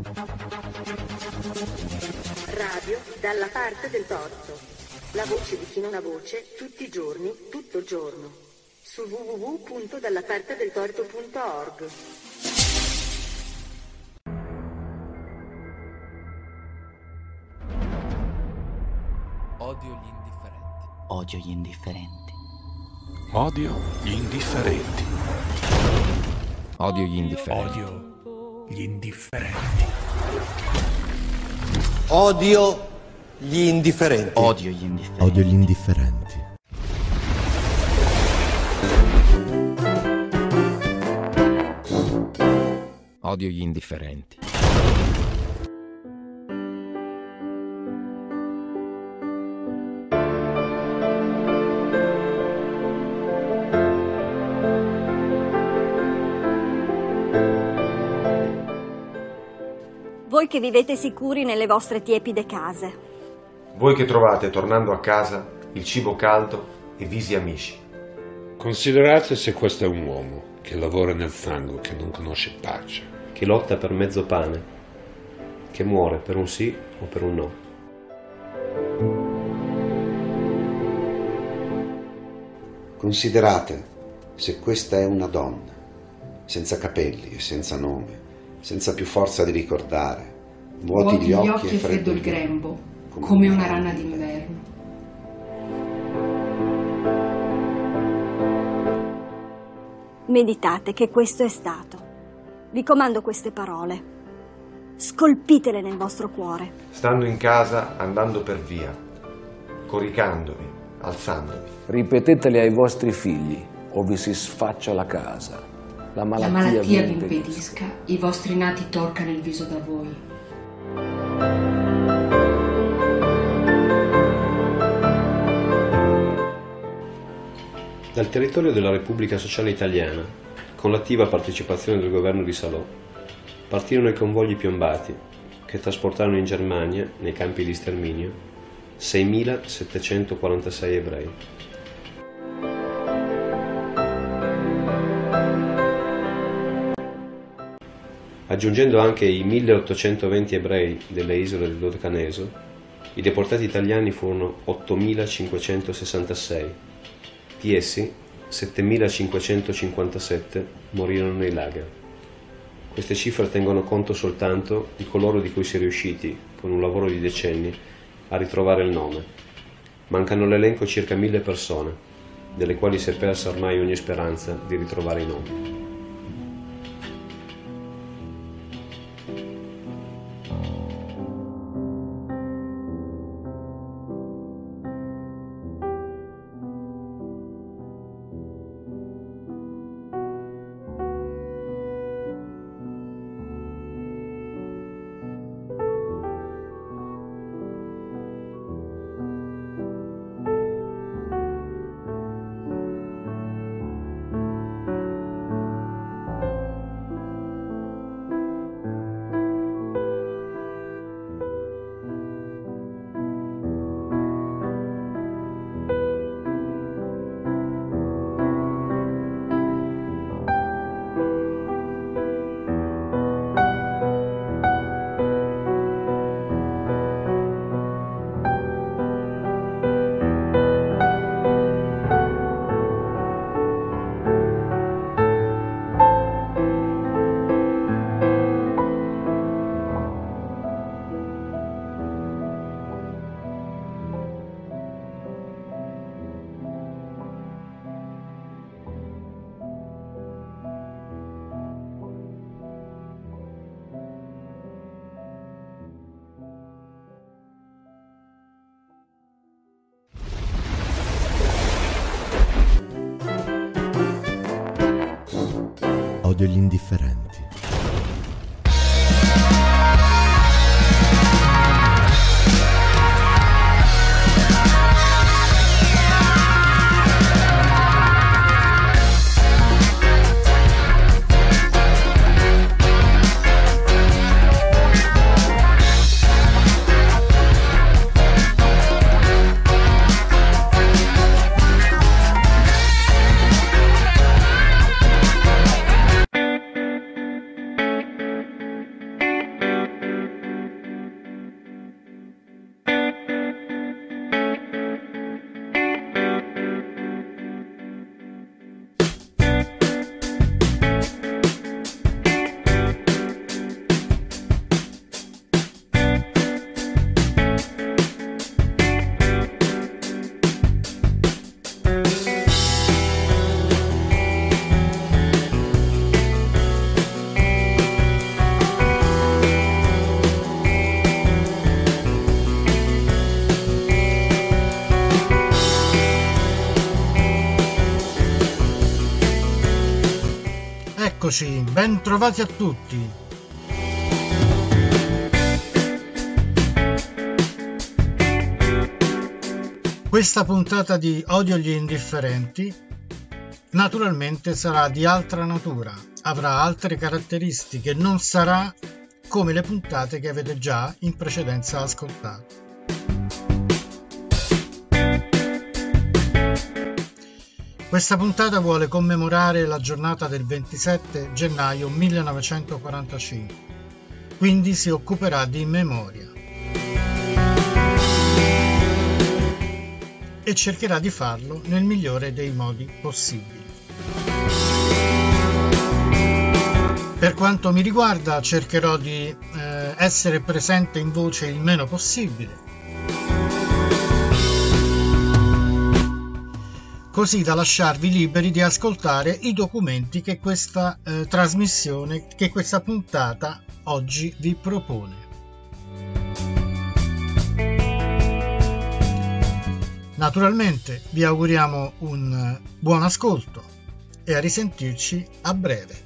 Radio dalla parte del torto. La voce di chi non ha voce, tutti i giorni, tutto il giorno. Su www.dallapartedeltorto.org. Odio gli indifferenti. Odio gli indifferenti. Odio gli indifferenti. Odio gli indifferenti. Odio gli indifferenti. Odio gli indifferenti. Odio gli indifferenti. Odio gli indifferenti. Odio gli indifferenti. Voi che vivete sicuri nelle vostre tiepide case. Voi che trovate, tornando a casa, il cibo caldo e visi amici. Considerate se questo è un uomo che lavora nel fango, che non conosce pace, che lotta per mezzo pane, che muore per un sì o per un no. Considerate se questa è una donna, senza capelli e senza nome, senza più forza di ricordare, vuoti gli occhi e freddo il grembo, come una rana d'inverno. Meditate che questo è stato. Vi comando queste parole. Scolpitele nel vostro cuore. Stando in casa, andando per via, coricandovi, alzandovi. Ripetetele ai vostri figli o vi si sfaccia la casa. La malattia vi impedisca, i vostri nati torcano il viso da voi. Dal territorio della Repubblica Sociale Italiana, con l'attiva partecipazione del governo di Salò, partirono i convogli piombati che trasportarono in Germania, nei campi di sterminio, 6.746 ebrei. Aggiungendo anche i 1.820 ebrei delle isole del Dodecaneso, i deportati italiani furono 8.566. Di essi, 7.557 morirono nei lager. Queste cifre tengono conto soltanto di coloro di cui si è riusciti, con un lavoro di decenni, a ritrovare il nome. Mancano all'elenco circa 1.000 persone, delle quali si è persa ormai ogni speranza di ritrovare i nomi. Odio gli indifferenti. Eccoci, ben trovati a tutti. Questa puntata di Odio gli indifferenti naturalmente sarà di altra natura, avrà altre caratteristiche, non sarà come le puntate che avete già in precedenza ascoltato. Questa puntata vuole commemorare la giornata del 27 gennaio 1945, quindi si occuperà di memoria e cercherà di farlo nel migliore dei modi possibili. Per quanto mi riguarda, cercherò di essere presente in voce il meno possibile, così da lasciarvi liberi di ascoltare i documenti che questa trasmissione, che questa puntata oggi vi propone. Naturalmente vi auguriamo un buon ascolto e a risentirci a breve.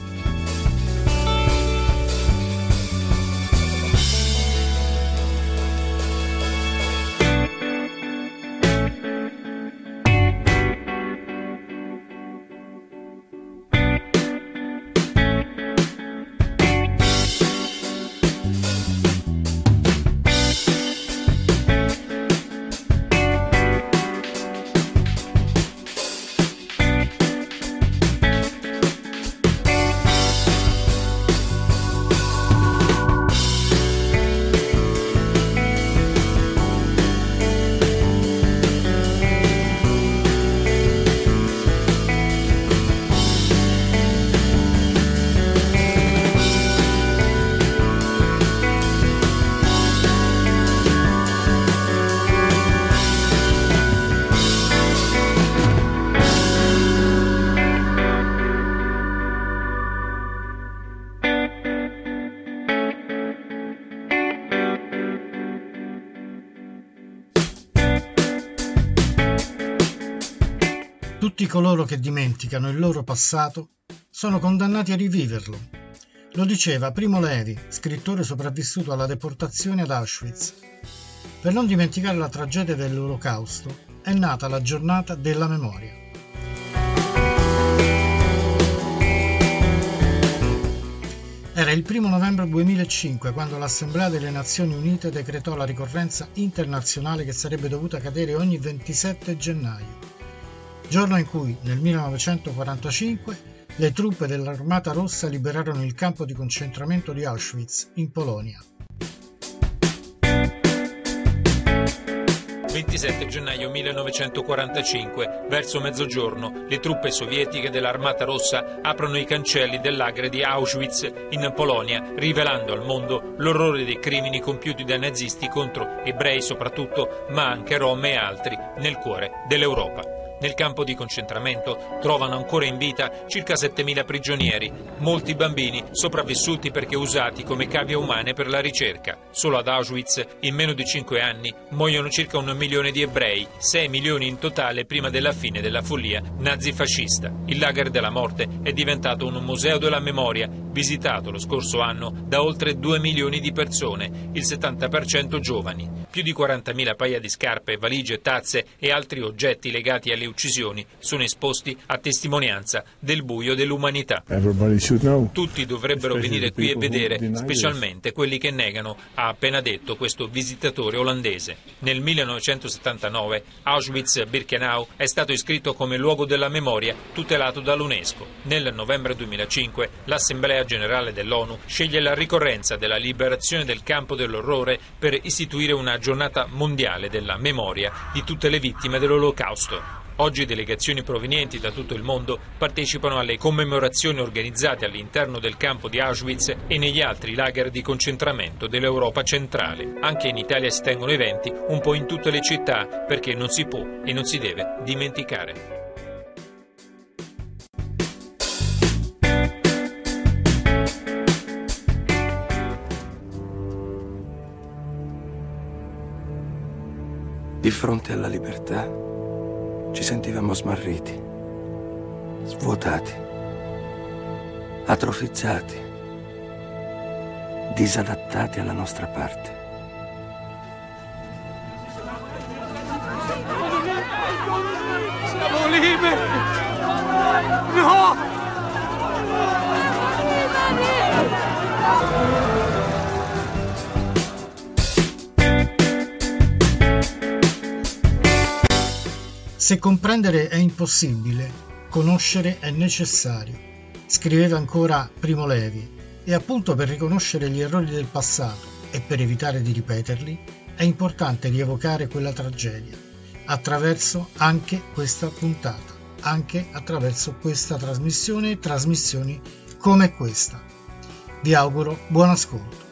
Tutti coloro che dimenticano il loro passato sono condannati a riviverlo. Lo diceva Primo Levi, scrittore sopravvissuto alla deportazione ad Auschwitz. Per non dimenticare la tragedia dell'Olocausto è nata la giornata della memoria. Era il 1 novembre 2005 quando l'Assemblea delle Nazioni Unite decretò la ricorrenza internazionale che sarebbe dovuta cadere ogni 27 gennaio. Giorno in cui, nel 1945, le truppe dell'Armata Rossa liberarono il campo di concentramento di Auschwitz, in Polonia. 27 gennaio 1945, verso mezzogiorno, le truppe sovietiche dell'Armata Rossa aprono i cancelli del lager di Auschwitz in Polonia, rivelando al mondo l'orrore dei crimini compiuti dai nazisti contro ebrei soprattutto, ma anche rom e altri, nel cuore dell'Europa. Nel campo di concentramento trovano ancora in vita circa 7.000 prigionieri, molti bambini sopravvissuti perché usati come cavie umane per la ricerca. Solo ad Auschwitz, in meno di 5 anni, muoiono circa 1 milione di ebrei, 6 milioni in totale prima della fine della follia nazifascista. Il lager della morte è diventato un museo della memoria, visitato lo scorso anno da oltre 2 milioni di persone, il 70% giovani. Più di 40.000 paia di scarpe, valigie, tazze e altri oggetti legati alle uccisioni sono esposti a testimonianza del buio dell'umanità. Tutti dovrebbero venire qui e vedere, specialmente quelli che negano, ha appena detto questo visitatore olandese. Nel 1979 Auschwitz-Birkenau è stato iscritto come luogo della memoria tutelato dall'UNESCO. Nel novembre 2005 l'Assemblea Generale dell'ONU sceglie la ricorrenza della liberazione del campo dell'orrore per istituire una giornata mondiale della memoria di tutte le vittime dell'Olocausto. Oggi delegazioni provenienti da tutto il mondo partecipano alle commemorazioni organizzate all'interno del campo di Auschwitz e negli altri lager di concentramento dell'Europa centrale. Anche in Italia si tengono eventi un po' in tutte le città perché non si può e non si deve dimenticare. Di fronte alla libertà ci sentivamo smarriti, svuotati. atrofizzati, disadattati alla nostra parte. Siamo liberi! No! Se comprendere è impossibile, conoscere è necessario, scriveva ancora Primo Levi, e appunto per riconoscere gli errori del passato e per evitare di ripeterli è importante rievocare quella tragedia, attraverso anche questa puntata, anche attraverso questa trasmissione e trasmissioni come questa. Vi auguro buon ascolto.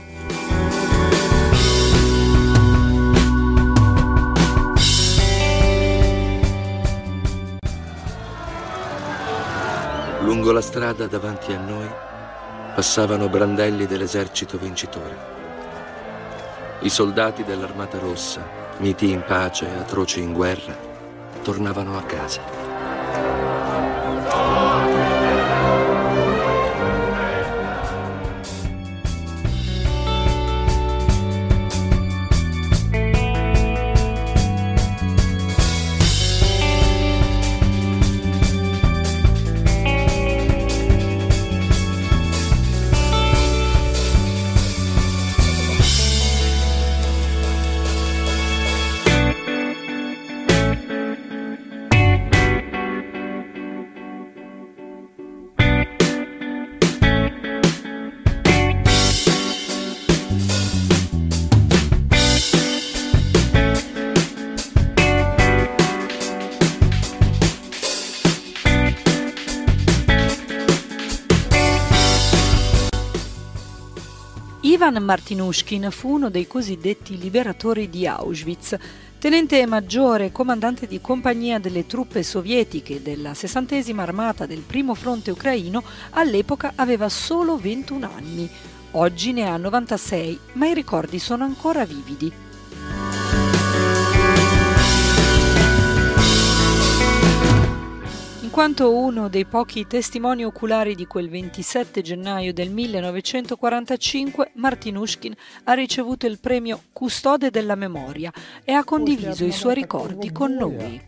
Lungo la strada davanti a noi passavano brandelli dell'esercito vincitore. I soldati dell'Armata Rossa, miti in pace e atroci in guerra, tornavano a casa. Ivan Martinushkin fu uno dei cosiddetti liberatori di Auschwitz, tenente maggiore e comandante di compagnia delle truppe sovietiche della 60ª armata del primo fronte ucraino. All'epoca aveva solo 21 anni. Oggi ne ha 96, ma i ricordi sono ancora vividi. In quanto uno dei pochi testimoni oculari di quel 27 gennaio del 1945, Martinushkin ha ricevuto il premio Custode della Memoria e ha condiviso i suoi ricordi con noi.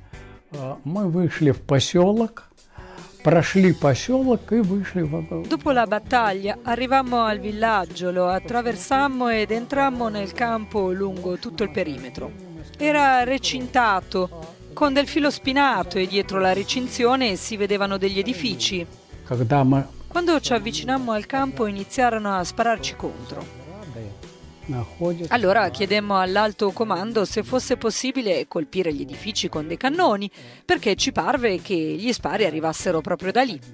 Dopo la battaglia arrivammo al villaggio, lo attraversammo ed entrammo nel campo lungo tutto il perimetro. Era recintato con del filo spinato e dietro la recinzione si vedevano degli edifici. Quando ci avvicinammo al campo iniziarono a spararci contro. Allora chiedemmo all'alto comando se fosse possibile colpire gli edifici con dei cannoni, perché ci parve che gli spari arrivassero proprio da lì.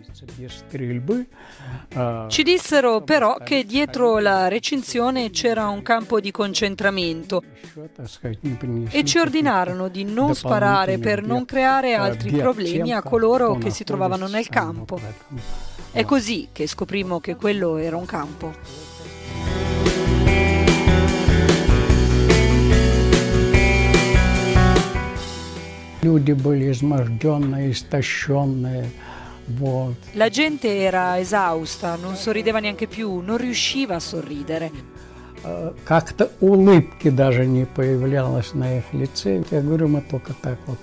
Ci dissero però che dietro la recinzione c'era un campo di concentramento e ci ordinarono di non sparare per non creare altri problemi a coloro che si trovavano nel campo. È così che scoprimmo che quello era un campo. La gente era esausta, non sorrideva neanche più, non riusciva a sorridere. Как-то улыбки даже не появлялось на их лице. Я говорю, мы только так вот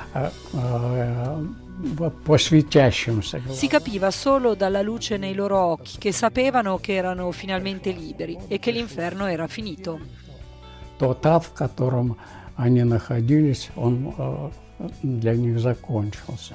по светящимся. Si capiva solo dalla luce nei loro occhi che sapevano che erano finalmente liberi e che l'inferno era finito. Тот ад, в котором они находились, он для них закончился.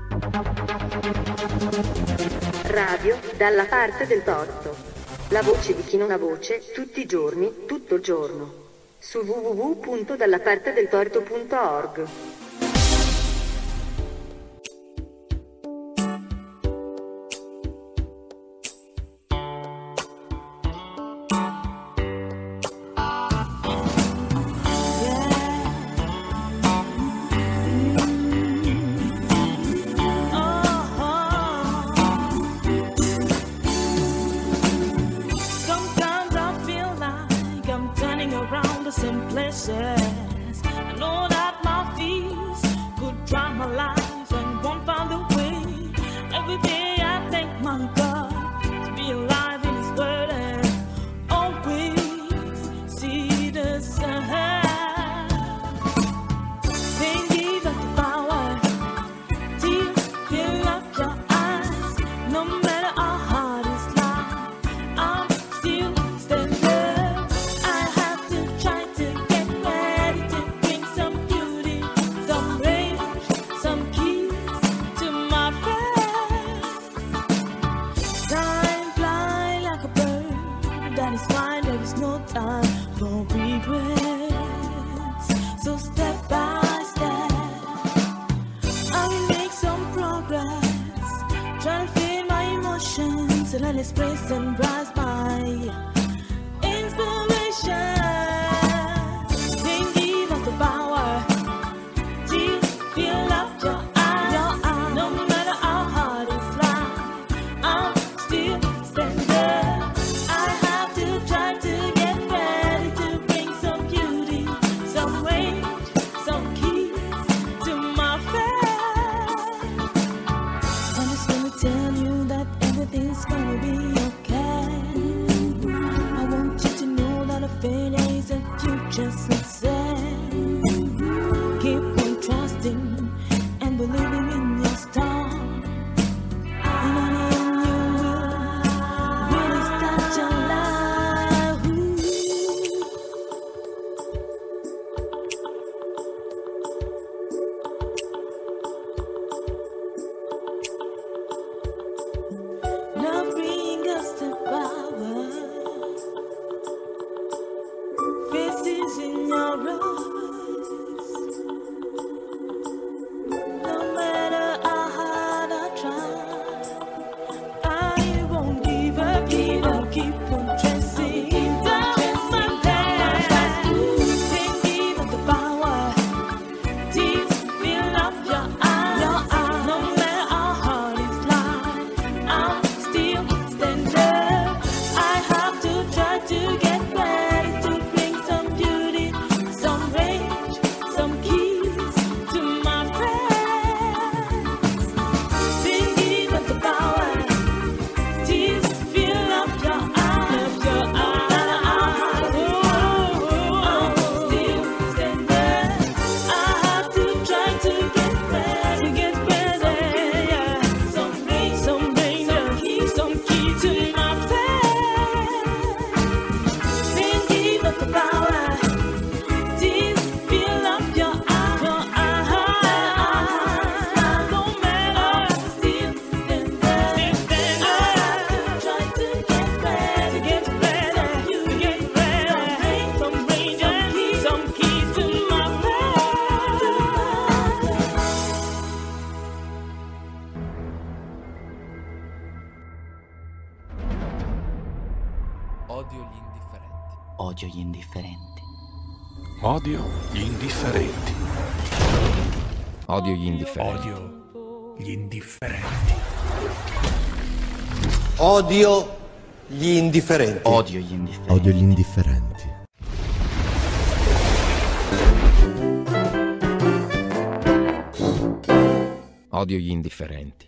Radio dalla parte del torto. La voce di chi non ha voce, tutti i giorni, tutto il giorno. Su www.dallapartedeltorto.org. Odio gli indifferenti. Odio gli indifferenti. Odio gli indifferenti. Odio gli indifferenti. Odio gli indifferenti. Odio gli indifferenti. Odio gli indifferenti. Odio gli indifferenti.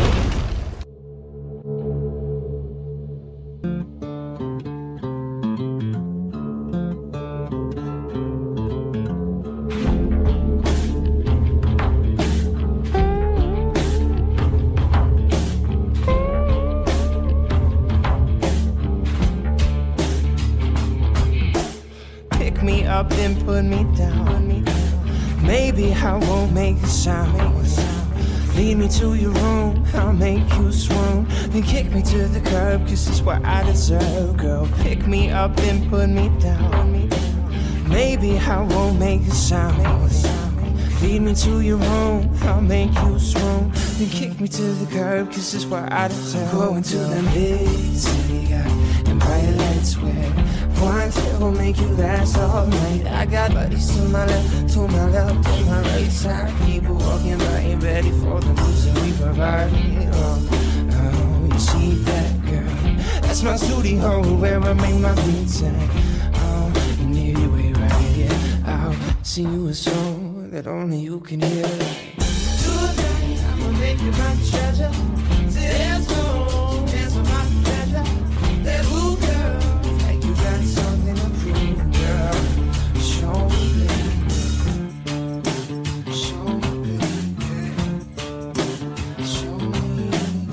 Pick me up and put me down. Maybe I won't make a sound. Lead me to your room, I'll make you swoon. Then kick me to the curb, 'cause it's what I deserve. Girl, pick me up and put me down. Maybe I won't make a sound. Lead me to your room, I'll make you swoon. Then kick me to the curb, 'cause it's what I deserve. Going to the big city, and bright lights where one trip will make you last all night. I got buddies to my left, to my left, to my right side. People walking by and ready for the music we provide. Oh, you see that, girl? That's my studio where I make my beats at. Oh, and anyway, right here, I'll sing you a song that only you can hear. Tonight, I'ma make you my treasure. There's no chance of my pleasure. That ooh, girl, like you got something to prove, girl. Show me, baby. Show me, baby. Show me.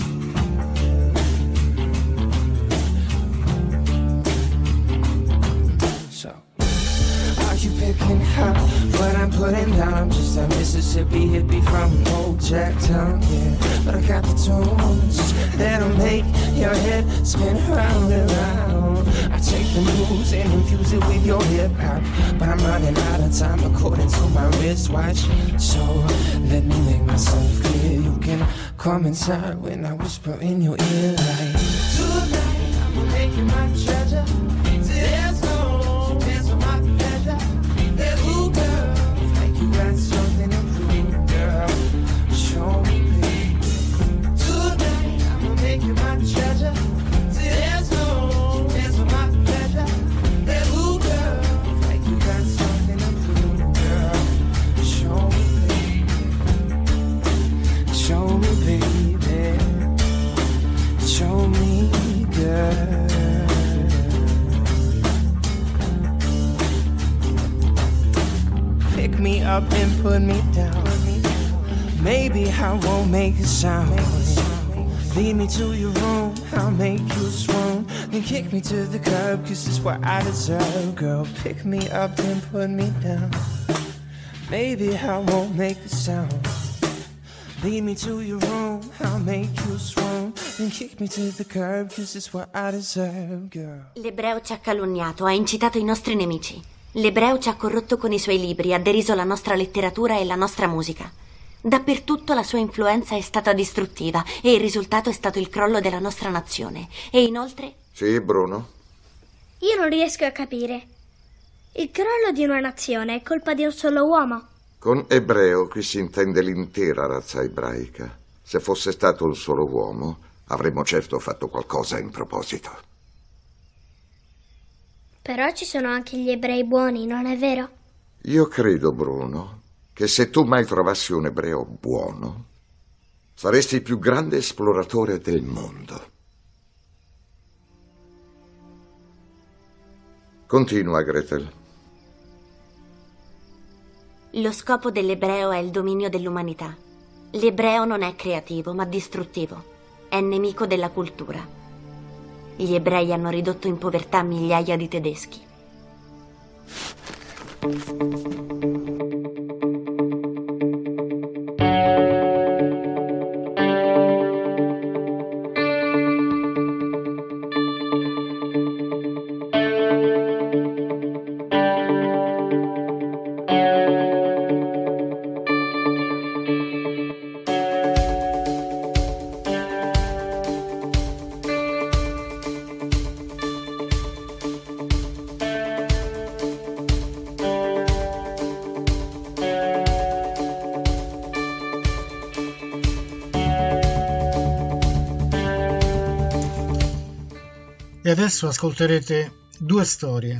So, are you picking up what I'm putting down? I'm just a Mississippi hippie from old Jacktown, yeah. But I got the tones that'll make your head spin round and round. I take the moves and infuse it with your hip hop, but I'm running out of time according to my wristwatch. So let me make myself clear. You can come inside when I whisper in your ear like, tonight I'ma make you my treasure. There's no chance of my pleasure. That ooh, girl, like you got something to prove, girl. Show me, baby. Tonight I'ma make you my treasure. There's no chance of my pleasure. That ooh, girl, like you got something to prove, girl. Show me, baby. Show me, baby. Show me, girl. Pick me up and put me down. Maybe I won't make a sound. Lead me to your room, I'll make you swoon. Then kick me to the curb, 'cause it's what I deserve. Girl, pick me up and put me down. Maybe I won't make a sound. Lead me to your room, I'll make you swoon. Then kick me to the curb, 'cause it's what I deserve, girl. L'ebreo ci ha calunniato, ha incitato i nostri nemici. L'ebreo ci ha corrotto con i suoi libri, ha deriso la nostra letteratura e la nostra musica. Dappertutto la sua influenza è stata distruttiva e il risultato è stato il crollo della nostra nazione. E inoltre... Sì, Bruno? Io non riesco a capire. Il crollo di una nazione è colpa di un solo uomo. Con ebreo qui si intende l'intera razza ebraica. Se fosse stato un solo uomo, avremmo certo fatto qualcosa in proposito. Però ci sono anche gli ebrei buoni, non è vero? Io credo, Bruno, che se tu mai trovassi un ebreo buono, saresti il più grande esploratore del mondo. Continua, Gretel. Lo scopo dell'ebreo è il dominio dell'umanità. L'ebreo non è creativo, ma distruttivo. È nemico della cultura. Gli ebrei hanno ridotto in povertà migliaia di tedeschi. E adesso ascolterete due storie.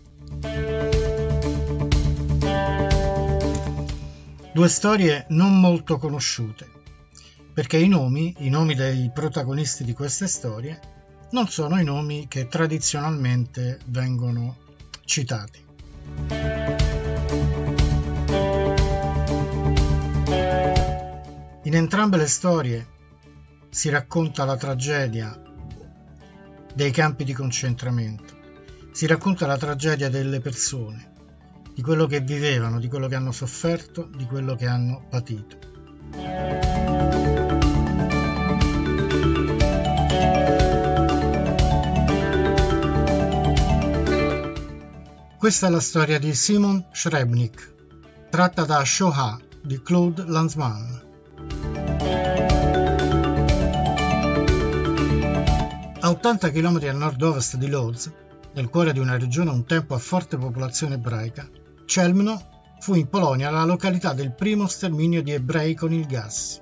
Due storie non molto conosciute, perché i nomi dei protagonisti di queste storie non sono i nomi che tradizionalmente vengono citati. In entrambe le storie si racconta la tragedia dei campi di concentramento, si racconta la tragedia delle persone, di quello che vivevano, di quello che hanno sofferto, di quello che hanno patito. Questa è la storia di Simon Shrebnik, tratta da Shoah di Claude Lanzmann. A 80 km a nord-ovest di Lodz, nel cuore di una regione un tempo a forte popolazione ebraica, Chelmno fu in Polonia la località del primo sterminio di ebrei con il gas.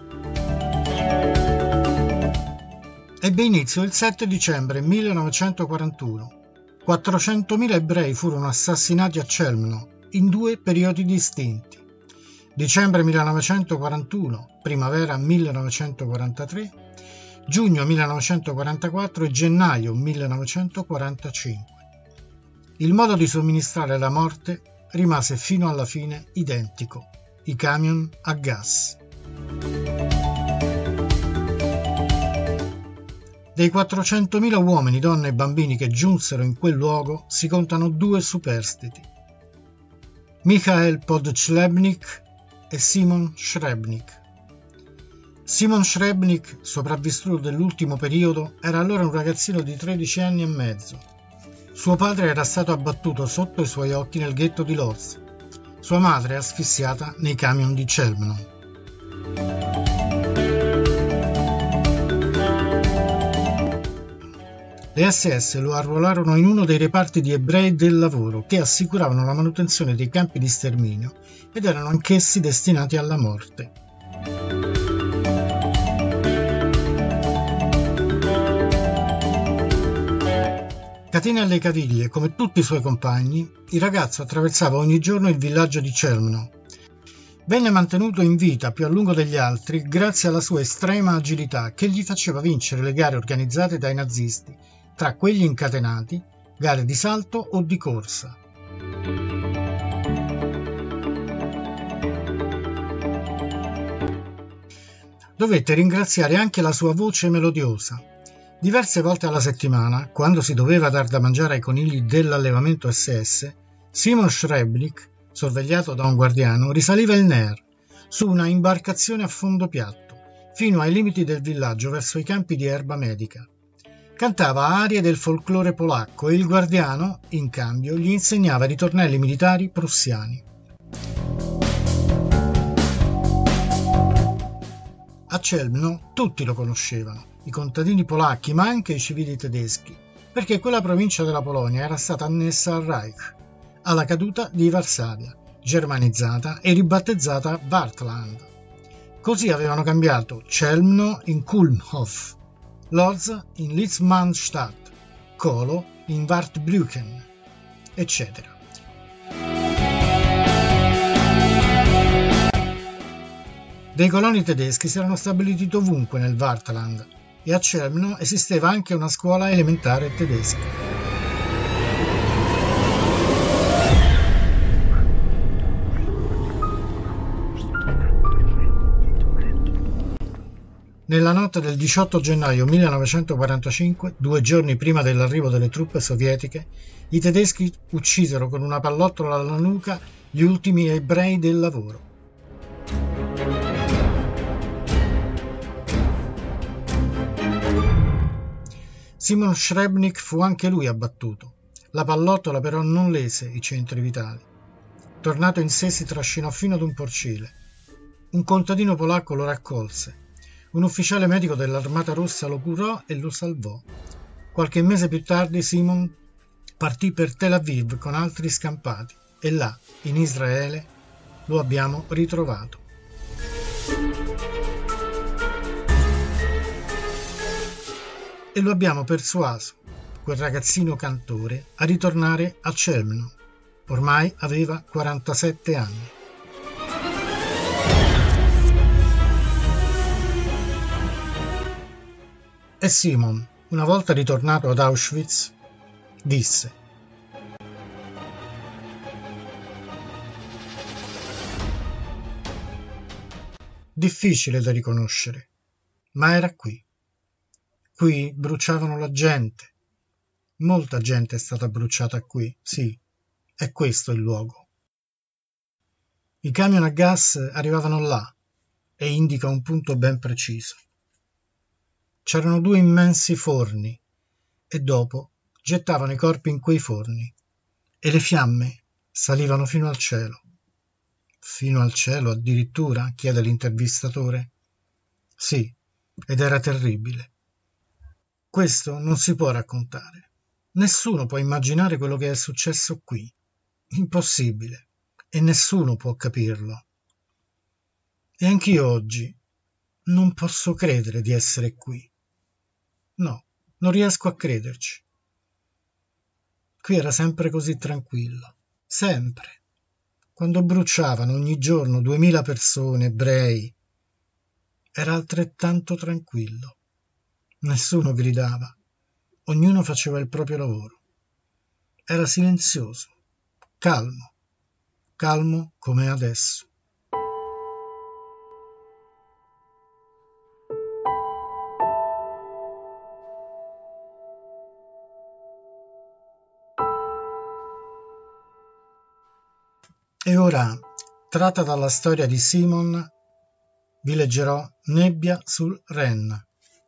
Ebbe inizio il 7 dicembre 1941. 400.000 ebrei furono assassinati a Chelmno in due periodi distinti: dicembre 1941, primavera 1943, giugno 1944 e gennaio 1945. Il modo di somministrare la morte rimase fino alla fine identico: i camion a gas. Dei 400.000 uomini, donne e bambini che giunsero in quel luogo si contano due superstiti: Michael Podchlebnik e Simon Shrebnik. Simon Shrebnik, sopravvissuto dell'ultimo periodo, era allora un ragazzino di 13 anni e mezzo. Suo padre era stato abbattuto sotto i suoi occhi nel ghetto di Lodz, sua madre asfissiata nei camion di Chelmno. Le SS lo arruolarono in uno dei reparti di ebrei del lavoro che assicuravano la manutenzione dei campi di sterminio ed erano anch'essi destinati alla morte. Catene alle caviglie, come tutti i suoi compagni, il ragazzo attraversava ogni giorno il villaggio di Chelmno. Venne mantenuto in vita più a lungo degli altri grazie alla sua estrema agilità che gli faceva vincere le gare organizzate dai nazisti, tra quelli incatenati, gare di salto o di corsa. Dovette ringraziare anche la sua voce melodiosa. Diverse volte alla settimana, quando si doveva dar da mangiare ai conigli dell'allevamento SS, Simon Shrebnik, sorvegliato da un guardiano, risaliva il Ner, su una imbarcazione a fondo piatto, fino ai limiti del villaggio verso i campi di erba medica. Cantava arie del folklore polacco e il guardiano, in cambio, gli insegnava ritornelli militari prussiani. A Chelmno tutti lo conoscevano, i contadini polacchi ma anche i civili tedeschi, perché quella provincia della Polonia era stata annessa al Reich, alla caduta di Varsavia, germanizzata e ribattezzata Wartland. Così avevano cambiato Chelmno in Kulmhof, Lodz in Litzmannstadt, Kolo in Wartbrücken, eccetera. Dei coloni tedeschi si erano stabiliti dovunque nel Wartland e a Chelmno esisteva anche una scuola elementare tedesca. Nella notte del 18 gennaio 1945, 2 giorni prima dell'arrivo delle truppe sovietiche, i tedeschi uccisero con una pallottola alla nuca gli ultimi ebrei del lavoro. Simon Shrebnik fu anche lui abbattuto. La pallottola però non lese i centri vitali. Tornato in sé si trascinò fino ad un porcile. Un contadino polacco lo raccolse. Un ufficiale medico dell'Armata Rossa lo curò e lo salvò. Qualche mese più tardi Simon partì per Tel Aviv con altri scampati e là, in Israele, lo abbiamo ritrovato. E lo abbiamo persuaso, quel ragazzino cantore, a ritornare a Chelmno. Ormai aveva 47 anni. E Simon, una volta ritornato ad Auschwitz, disse: difficile da riconoscere, ma era qui. Qui bruciavano la gente. Molta gente è stata bruciata qui, sì, è questo il luogo. I camion a gas arrivavano là e indica un punto ben preciso. C'erano 2 immensi forni e dopo gettavano i corpi in quei forni. e le fiamme salivano fino al cielo. Fino al cielo addirittura? Chiede l'intervistatore. Sì, ed era terribile. Questo non si può raccontare. Nessuno può immaginare quello che è successo qui. Impossibile. E nessuno può capirlo. E anch'io oggi non posso credere di essere qui. No, non riesco a crederci. Qui era sempre così tranquillo. Sempre. Quando bruciavano ogni giorno 2000 persone, ebrei, era altrettanto tranquillo. Nessuno gridava. Ognuno faceva il proprio lavoro. Era silenzioso, calmo, calmo come adesso. E ora, tratta dalla storia di Simon, vi leggerò Nebbia sul Ren.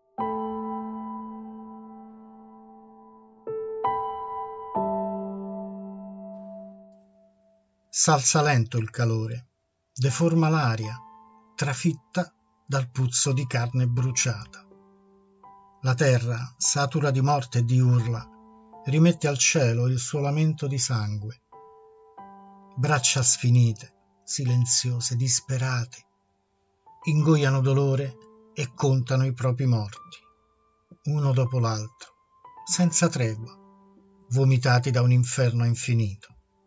S'alza lento il calore, deforma l'aria, trafitta dal puzzo di carne bruciata. La terra, satura di morte e di urla, rimette al cielo il suo lamento di sangue. Braccia sfinite, silenziose, disperate, ingoiano dolore e contano i propri morti, uno dopo l'altro, senza tregua, vomitati da un inferno infinito.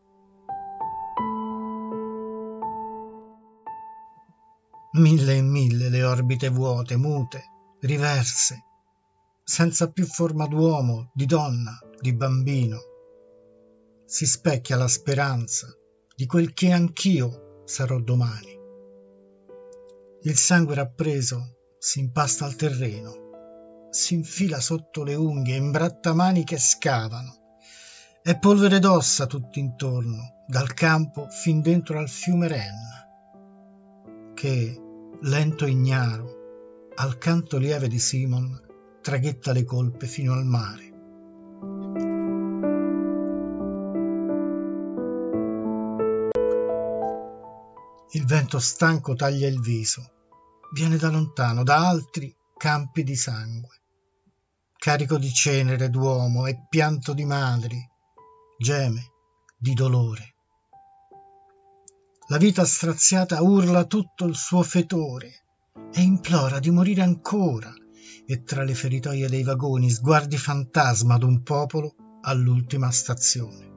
Mille e mille le orbite vuote, mute, riverse, senza più forma d'uomo, di donna, di bambino. Si specchia la speranza di quel che anch'io sarò domani. Il sangue rappreso si impasta al terreno, si infila sotto le unghie, imbratta mani che scavano. È polvere d'ossa tutto intorno, dal campo fin dentro al fiume Ren, che, lento e ignaro, al canto lieve di Simon, traghetta le colpe fino al mare. Il vento stanco taglia il viso, viene da lontano, da altri campi di sangue, carico di cenere d'uomo e pianto di madri, geme di dolore. La vita straziata urla tutto il suo fetore e implora di morire ancora, e tra le feritoie dei vagoni sguardi fantasma d'un popolo all'ultima stazione.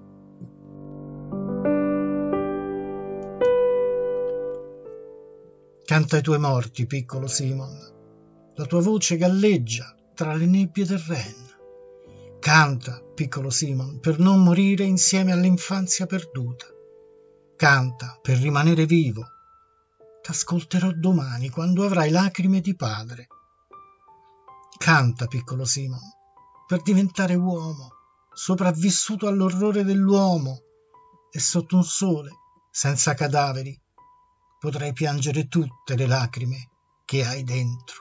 Canta ai tuoi morti, piccolo Simon, la tua voce galleggia tra le nebbie del Ren. Canta, piccolo Simon, per non morire insieme all'infanzia perduta. Canta per rimanere vivo. T'ascolterò domani quando avrai lacrime di padre. Canta, piccolo Simon, per diventare uomo, sopravvissuto all'orrore dell'uomo, e sotto un sole senza cadaveri potrai piangere tutte le lacrime che hai dentro.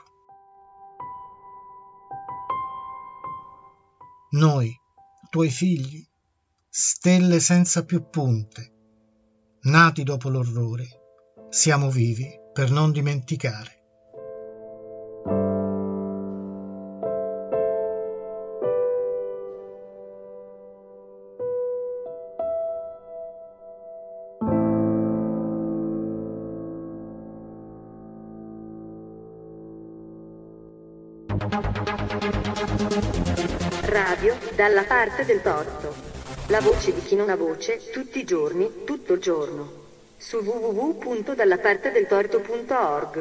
Noi, tuoi figli, stelle senza più punte, nati dopo l'orrore, siamo vivi per non dimenticare. Radio dalla parte del torto. La voce di chi non ha voce, tutti i giorni, tutto il giorno. Su www.dallapartedeltorto.org.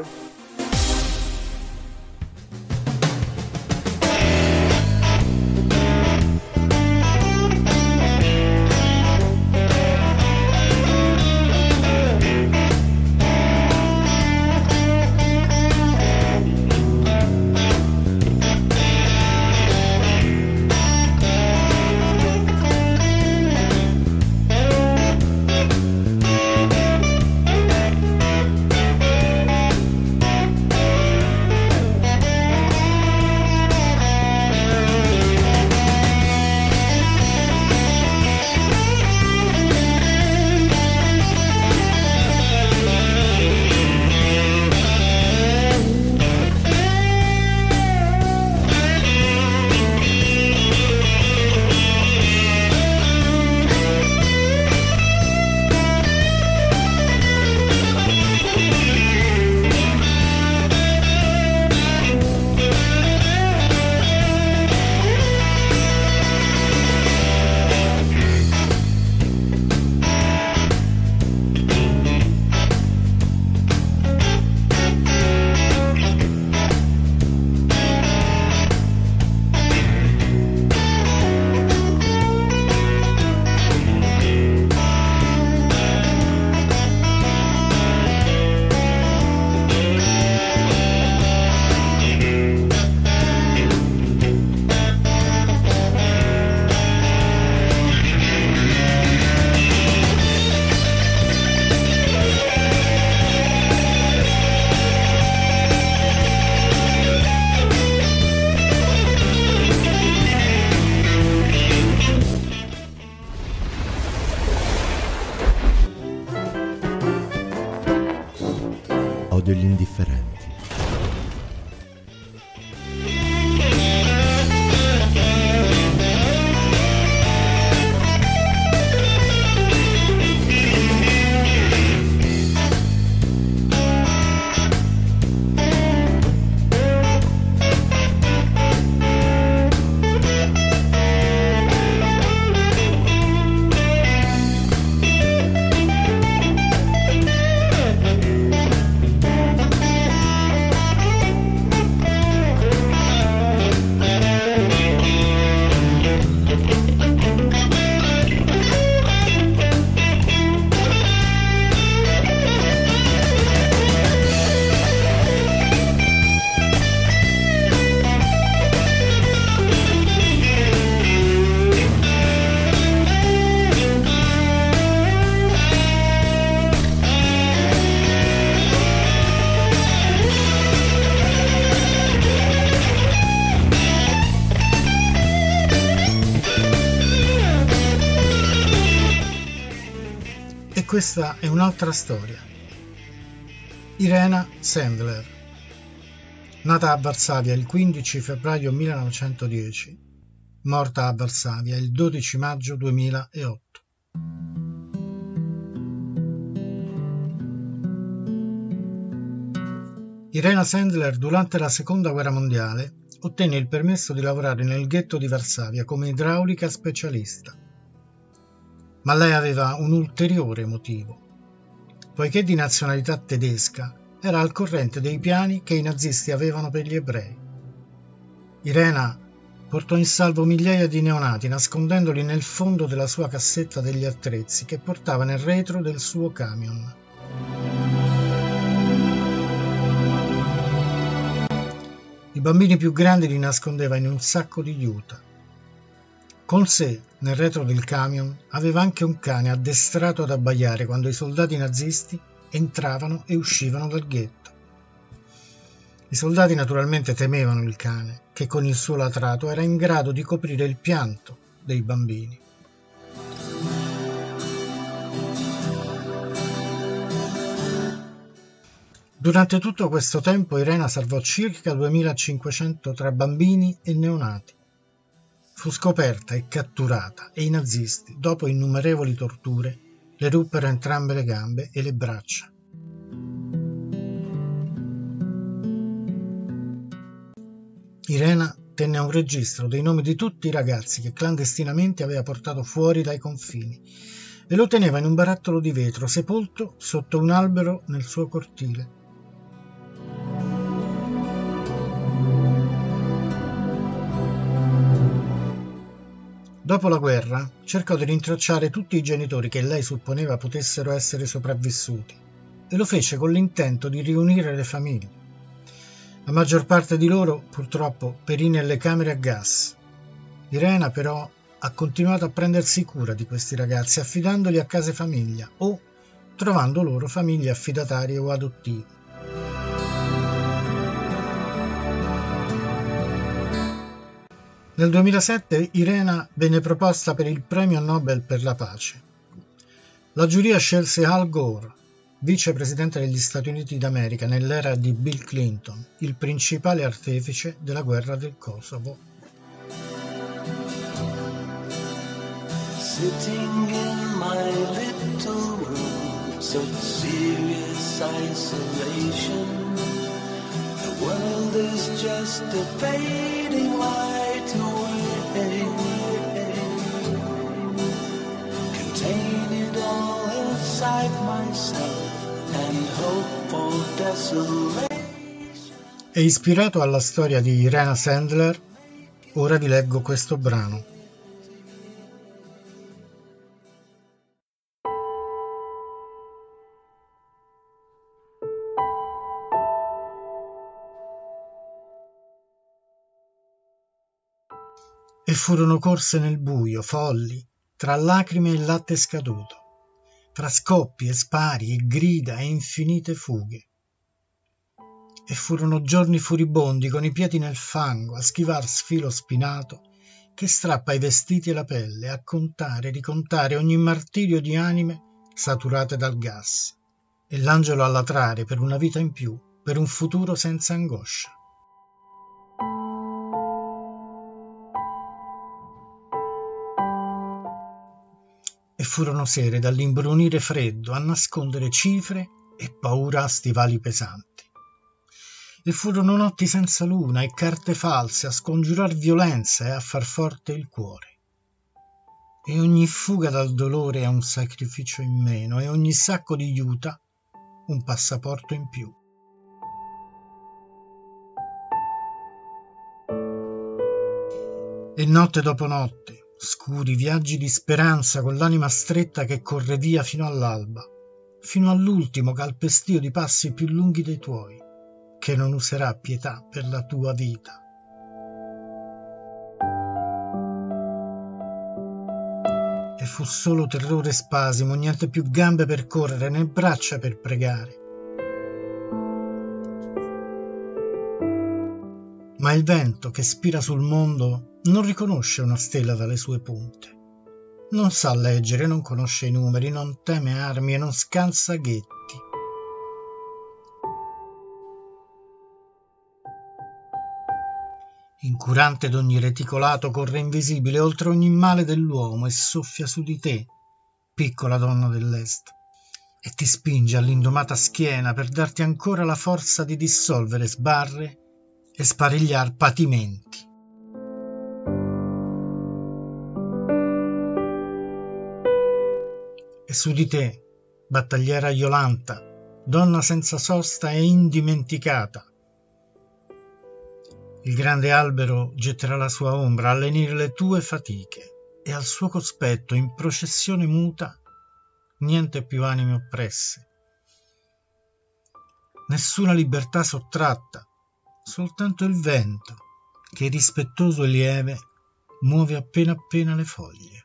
questa è un'altra storia. Irena Sendler, nata a Varsavia il 15 febbraio 1910, morta a Varsavia il 12 maggio 2008. Irena Sendler durante la Seconda Guerra Mondiale ottenne il permesso di lavorare nel ghetto di Varsavia come idraulica specialista. Ma lei aveva un ulteriore motivo. Poiché di nazionalità tedesca, era al corrente dei piani che i nazisti avevano per gli ebrei. Irena portò in salvo migliaia di neonati nascondendoli nel fondo della sua cassetta degli attrezzi che portava nel retro del suo camion. I bambini più grandi li nascondeva in un sacco di juta. Con sé, nel retro del camion, aveva anche un cane addestrato ad abbaiare quando i soldati nazisti entravano e uscivano dal ghetto. I soldati naturalmente temevano il cane, che con il suo latrato era in grado di coprire il pianto dei bambini. Durante tutto questo tempo Irena salvò circa 2500 tra bambini e neonati. Fu scoperta e catturata e i nazisti, dopo innumerevoli torture, le ruppero entrambe le gambe e le braccia. Irena tenne un registro dei nomi di tutti i ragazzi che clandestinamente aveva portato fuori dai confini e lo teneva in un barattolo di vetro sepolto sotto un albero nel suo cortile. Dopo la guerra cercò di rintracciare tutti i genitori che lei supponeva potessero essere sopravvissuti e lo fece con l'intento di riunire le famiglie. La maggior parte di loro purtroppo perì nelle camere a gas. Irena però ha continuato a prendersi cura di questi ragazzi affidandoli a case famiglia o trovando loro famiglie affidatarie o adottive. Nel 2007 Irena venne proposta per il Premio Nobel per la pace. La giuria scelse Al Gore, vicepresidente degli Stati Uniti d'America nell'era di Bill Clinton, il principale artefice della guerra del Kosovo. Sitting in my little room, such serious isolation. The world is just a fading light away. Contain it all inside myself and hope for desolation. E ispirato alla storia di Irena Sendler, ora vi leggo questo brano. E furono corse nel buio, folli, tra lacrime e latte scaduto, tra scoppi e spari e grida e infinite fughe. E furono giorni furibondi con i piedi nel fango, a schivar sfilo spinato che strappa i vestiti e la pelle, a contare e ricontare ogni martirio di anime saturate dal gas, e l'angelo a latrare per una vita in più, per un futuro senza angoscia. E furono sere dall'imbrunire freddo a nascondere cifre e paura a stivali pesanti. E furono notti senza luna e carte false a scongiurar violenza e a far forte il cuore. E ogni fuga dal dolore è un sacrificio in meno e ogni sacco di juta un passaporto in più. E notte dopo notte, scuri viaggi di speranza con l'anima stretta che corre via fino all'alba, fino all'ultimo calpestio di passi più lunghi dei tuoi, che non userà pietà per la tua vita. E fu solo terrore e spasimo, niente più gambe per correre né braccia per pregare. Ma il vento che spira sul mondo non riconosce una stella dalle sue punte. Non sa leggere, non conosce i numeri, non teme armi e non scalza ghetti. Incurante d'ogni reticolato, corre invisibile oltre ogni male dell'uomo e soffia su di te, piccola donna dell'Est, e ti spinge all'indomata schiena per darti ancora la forza di dissolvere sbarre e sparigliar patimenti. E su di te, battagliera Iolanta, donna senza sosta e indimenticata, il grande albero getterà la sua ombra a lenire le tue fatiche e al suo cospetto in processione muta niente più anime oppresse, nessuna libertà sottratta, soltanto il vento che rispettoso e lieve muove appena appena le foglie.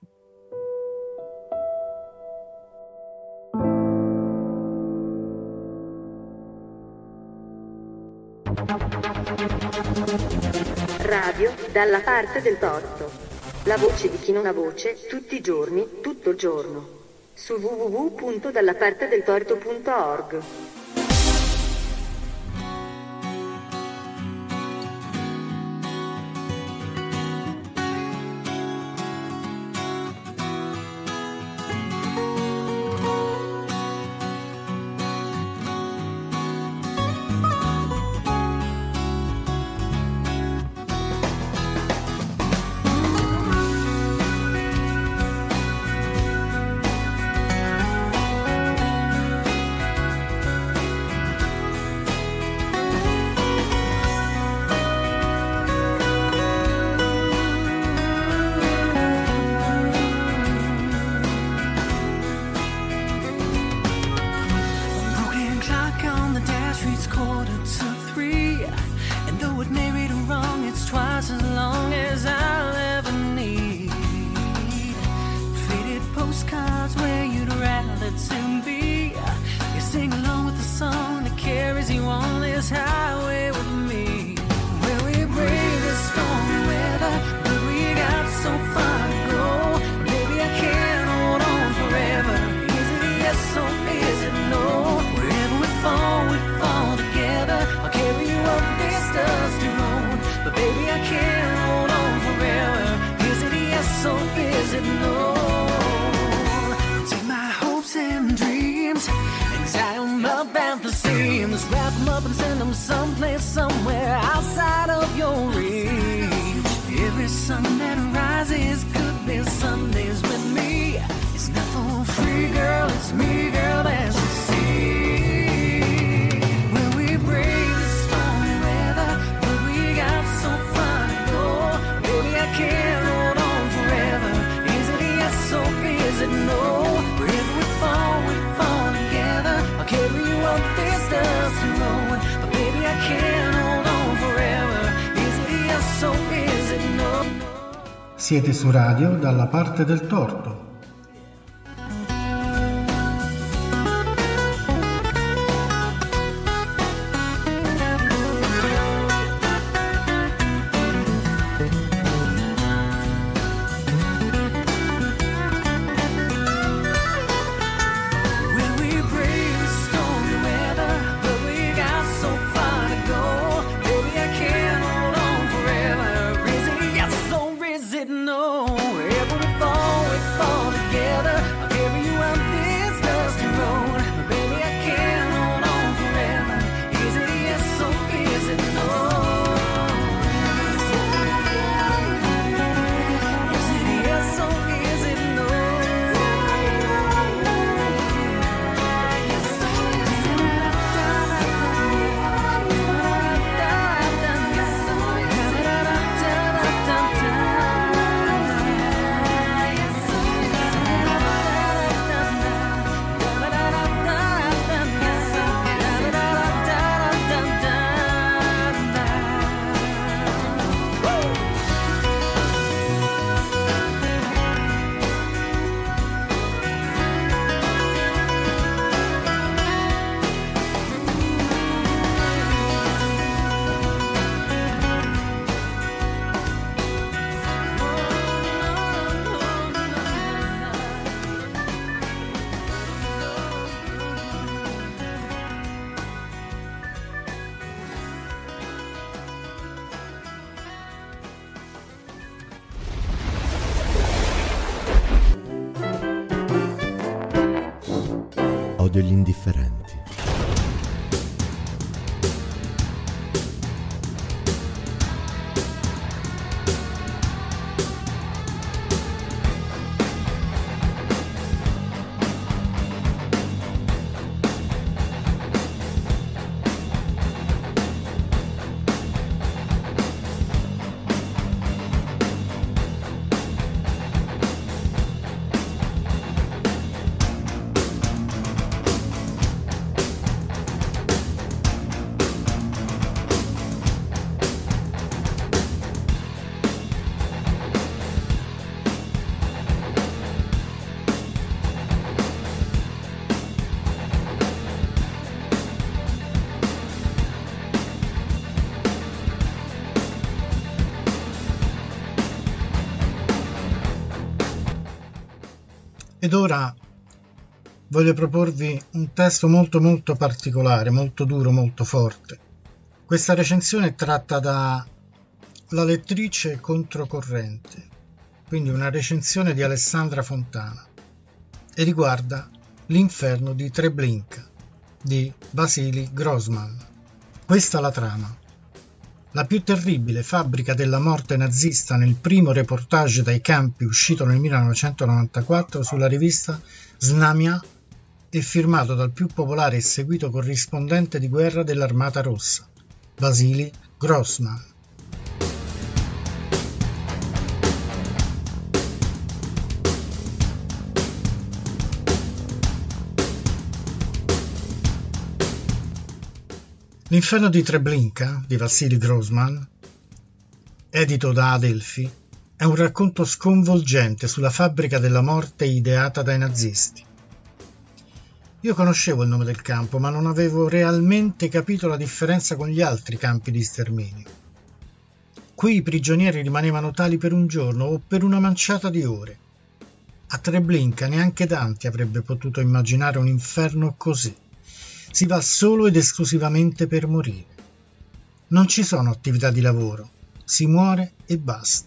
Radio dalla parte del torto. La voce di chi non ha voce, tutti i giorni, tutto il giorno. Su www.dallapartedeltorto.org. Siete su Radio dalla parte del torto. No, ever we fall Odio gli indifferenti. Ed ora voglio proporvi un testo molto particolare, molto duro, molto forte. Questa recensione è tratta da La lettrice controcorrente, quindi una recensione di Alessandra Fontana, e riguarda L'inferno di Treblinka di Vasily Grossman. Questa la trama. La più terribile fabbrica della morte nazista nel primo reportage dai campi uscito nel 1994 sulla rivista Znamia e firmato dal più popolare e seguito corrispondente di guerra dell'Armata Rossa, Vasily Grossman. L'inferno di Treblinka di Vasily Grossman, edito da Adelphi, è un racconto sconvolgente sulla fabbrica della morte ideata dai nazisti. Io conoscevo il nome del campo, ma non avevo realmente capito la differenza con gli altri campi di sterminio. Qui i prigionieri rimanevano tali per un giorno o per una manciata di ore. A Treblinka neanche Dante avrebbe potuto immaginare un inferno così. Si va solo ed esclusivamente per morire. Non ci sono attività di lavoro, si muore e basta.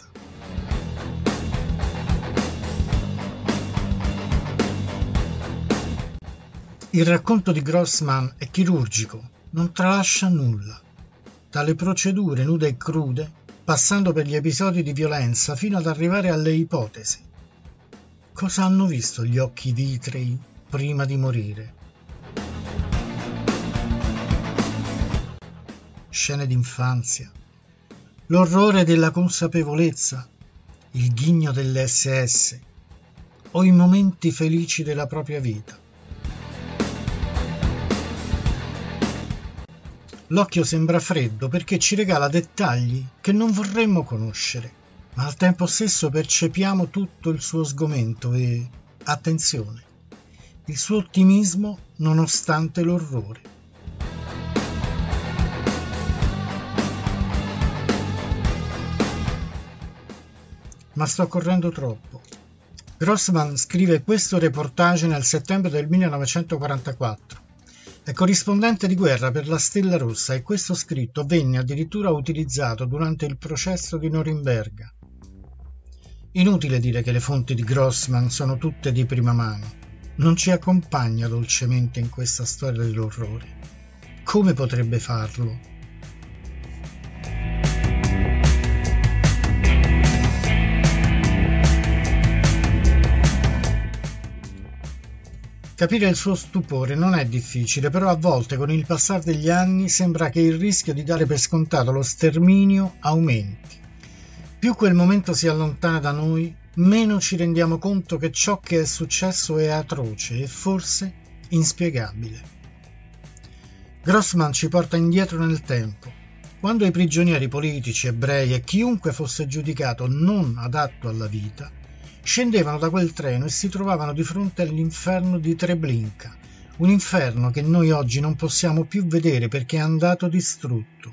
Il racconto di Grossman è chirurgico, non tralascia nulla. Dalle procedure nude e crude, passando per gli episodi di violenza fino ad arrivare alle ipotesi. Cosa hanno visto gli occhi vitrei prima di morire? Scene d'infanzia, l'orrore della consapevolezza, il ghigno delle SS o i momenti felici della propria vita. L'occhio sembra freddo perché ci regala dettagli che non vorremmo conoscere, ma al tempo stesso percepiamo tutto il suo sgomento e, attenzione, il suo ottimismo nonostante l'orrore. Ma sto correndo troppo. Grossman scrive questo reportage nel settembre del 1944. È corrispondente di guerra per la Stella Rossa e questo scritto venne addirittura utilizzato durante il processo di Norimberga. Inutile dire che le fonti di Grossman sono tutte di prima mano. Non ci accompagna dolcemente in questa storia dell'orrore. Come potrebbe farlo? Capire il suo stupore non è difficile, però a volte con il passare degli anni sembra che il rischio di dare per scontato lo sterminio aumenti. Più quel momento si allontana da noi, meno ci rendiamo conto che ciò che è successo è atroce e forse inspiegabile. Grossman ci porta indietro nel tempo, quando i prigionieri politici, ebrei e chiunque fosse giudicato non adatto alla vita scendevano da quel treno e si trovavano di fronte all'inferno di Treblinka, un inferno che noi oggi non possiamo più vedere perché è andato distrutto.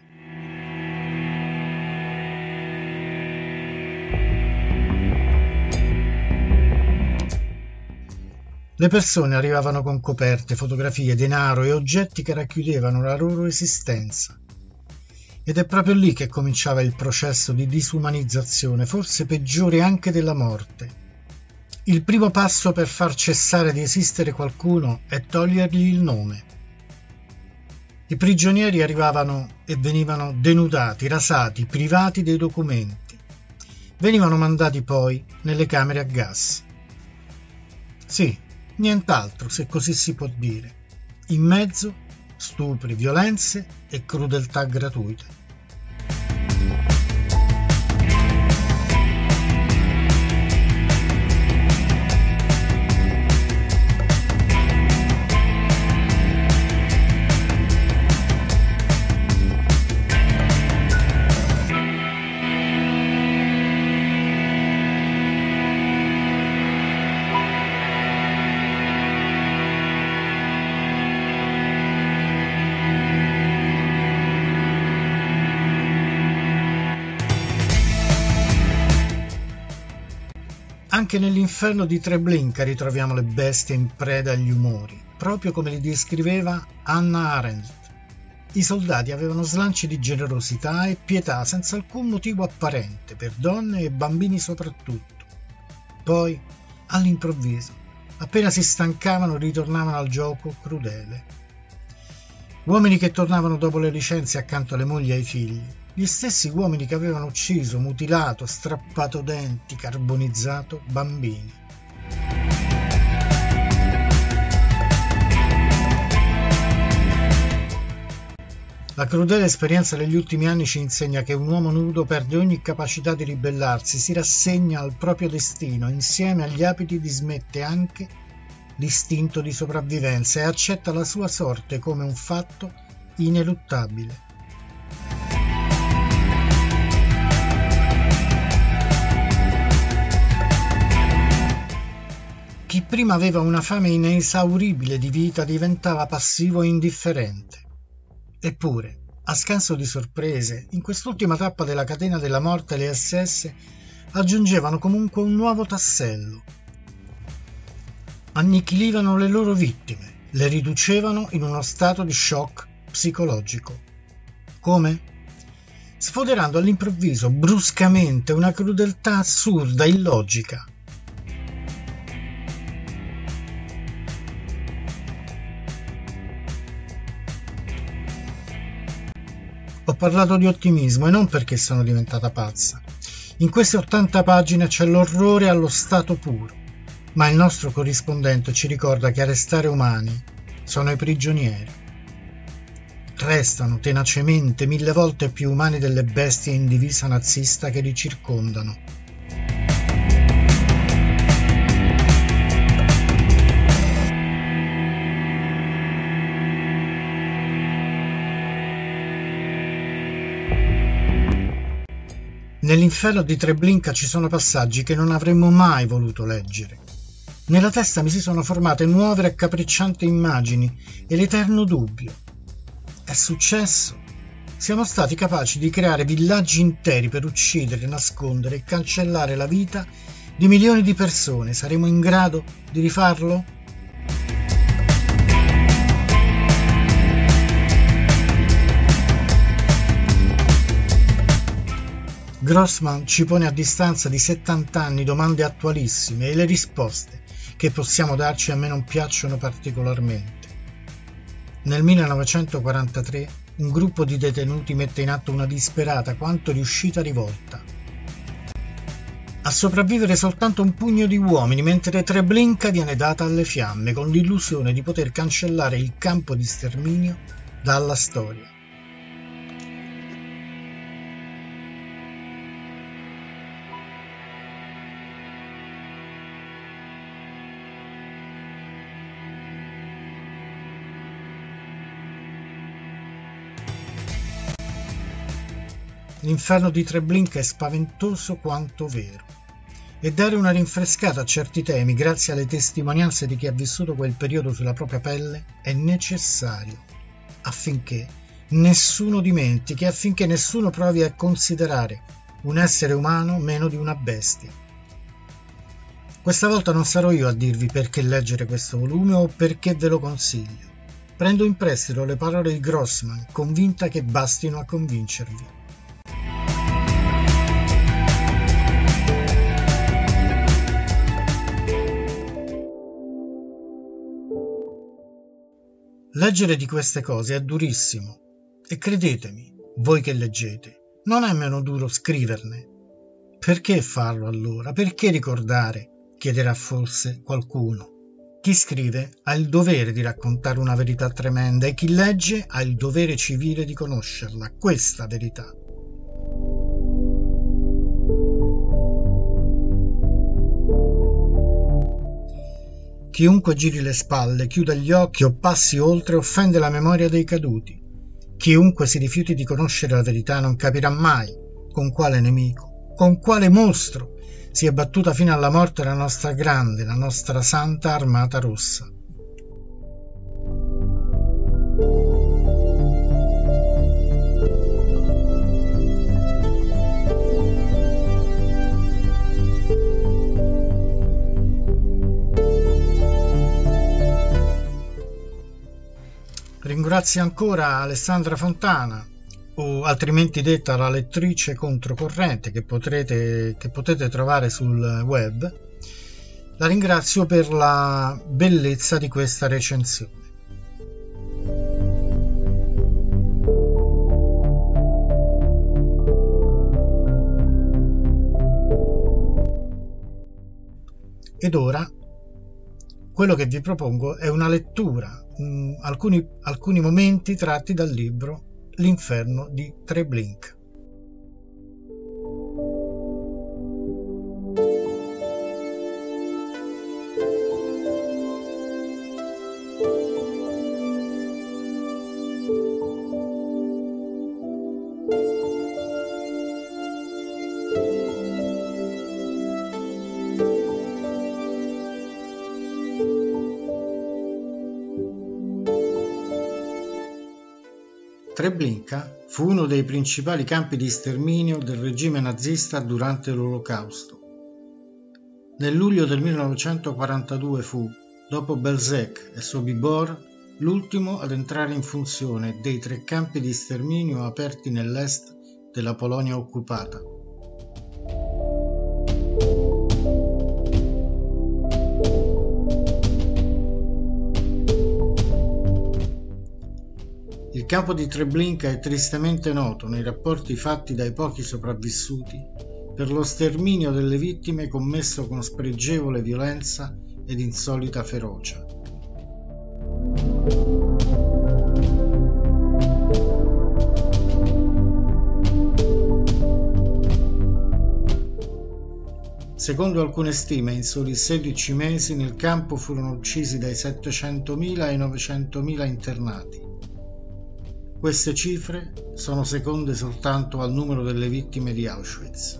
Le persone arrivavano con coperte, fotografie, denaro e oggetti che racchiudevano la loro esistenza. Ed è proprio lì che cominciava il processo di disumanizzazione, forse peggiore anche della morte. Il primo passo per far cessare di esistere qualcuno è togliergli il nome. I prigionieri arrivavano e venivano denudati, rasati, privati dei documenti. Venivano mandati poi nelle camere a gas. Sì, nient'altro, se così si può dire. In mezzo, stupri, violenze e crudeltà gratuite. Anche nell'inferno di Treblinka ritroviamo le bestie in preda agli umori, proprio come li descriveva Hannah Arendt. I soldati avevano slanci di generosità e pietà senza alcun motivo apparente, per donne e bambini soprattutto. Poi, all'improvviso, appena si stancavano, ritornavano al gioco crudele. Uomini che tornavano dopo le licenze accanto alle mogli e ai figli, gli stessi uomini che avevano ucciso, mutilato, strappato denti, carbonizzato bambini. La crudele esperienza degli ultimi anni ci insegna che un uomo nudo perde ogni capacità di ribellarsi, si rassegna al proprio destino, insieme agli abiti dismette anche l'istinto di sopravvivenza e accetta la sua sorte come un fatto ineluttabile. Chi prima aveva una fame inesauribile di vita diventava passivo e indifferente. Eppure, a scanso di sorprese, in quest'ultima tappa della catena della morte le SS aggiungevano comunque un nuovo tassello. Annichilivano le loro vittime, le riducevano in uno stato di shock psicologico. Come? Sfoderando all'improvviso, bruscamente, una crudeltà assurda, illogica. Ho parlato di ottimismo e non perché sono diventata pazza. In queste 80 pagine c'è l'orrore allo stato puro, ma il nostro corrispondente ci ricorda che a restare umani sono i prigionieri. Restano tenacemente 1000 volte più umani delle bestie in divisa nazista che li circondano. Nell'inferno di Treblinka ci sono passaggi che non avremmo mai voluto leggere. Nella testa mi si sono formate nuove raccapriccianti immagini e l'eterno dubbio. È successo? Siamo stati capaci di creare villaggi interi per uccidere, nascondere e cancellare la vita di milioni di persone. Saremo in grado di rifarlo? Grossman ci pone a distanza di 70 anni domande attualissime e le risposte che possiamo darci a me non piacciono particolarmente. Nel 1943 un gruppo di detenuti mette in atto una disperata quanto riuscita rivolta. A sopravvivere soltanto un pugno di uomini, mentre Treblinka viene data alle fiamme con l'illusione di poter cancellare il campo di sterminio dalla storia. L'inferno di Treblinka è spaventoso quanto vero, e dare una rinfrescata a certi temi grazie alle testimonianze di chi ha vissuto quel periodo sulla propria pelle è necessario, affinché nessuno dimentichi, affinché nessuno provi a considerare un essere umano meno di una bestia. Questa volta non sarò io a dirvi perché leggere questo volume o perché ve lo consiglio. Prendo in prestito le parole di Grossman, convinta che bastino a convincervi. Leggere di queste cose è durissimo e credetemi, voi che leggete, non è meno duro scriverne. Perché farlo allora? Perché ricordare? Chiederà forse qualcuno. Chi scrive ha il dovere di raccontare una verità tremenda e chi legge ha il dovere civile di conoscerla, questa verità. Chiunque giri le spalle, chiuda gli occhi o passi oltre offende la memoria dei caduti. Chiunque si rifiuti di conoscere la verità non capirà mai con quale nemico, con quale mostro si è battuta fino alla morte la nostra grande, la nostra santa Armata Rossa. Ringrazio ancora Alessandra Fontana, o altrimenti detta la lettrice controcorrente, che potete trovare sul web. La ringrazio per la bellezza di questa recensione. Ed ora quello che vi propongo è una lettura, alcuni momenti tratti dal libro L'inferno di Treblinka. Treblinka fu uno dei principali campi di sterminio del regime nazista durante l'Olocausto. Nel luglio del 1942 fu, dopo Belzec e Sobibor, l'ultimo ad entrare in funzione dei 3 campi di sterminio aperti nell'est della Polonia occupata. Il campo di Treblinka è tristemente noto nei rapporti fatti dai pochi sopravvissuti per lo sterminio delle vittime commesso con spregevole violenza ed insolita ferocia. Secondo alcune stime, in soli 16 mesi nel campo furono uccisi dai 700.000 ai 900.000 internati. Queste cifre sono seconde soltanto al numero delle vittime di Auschwitz.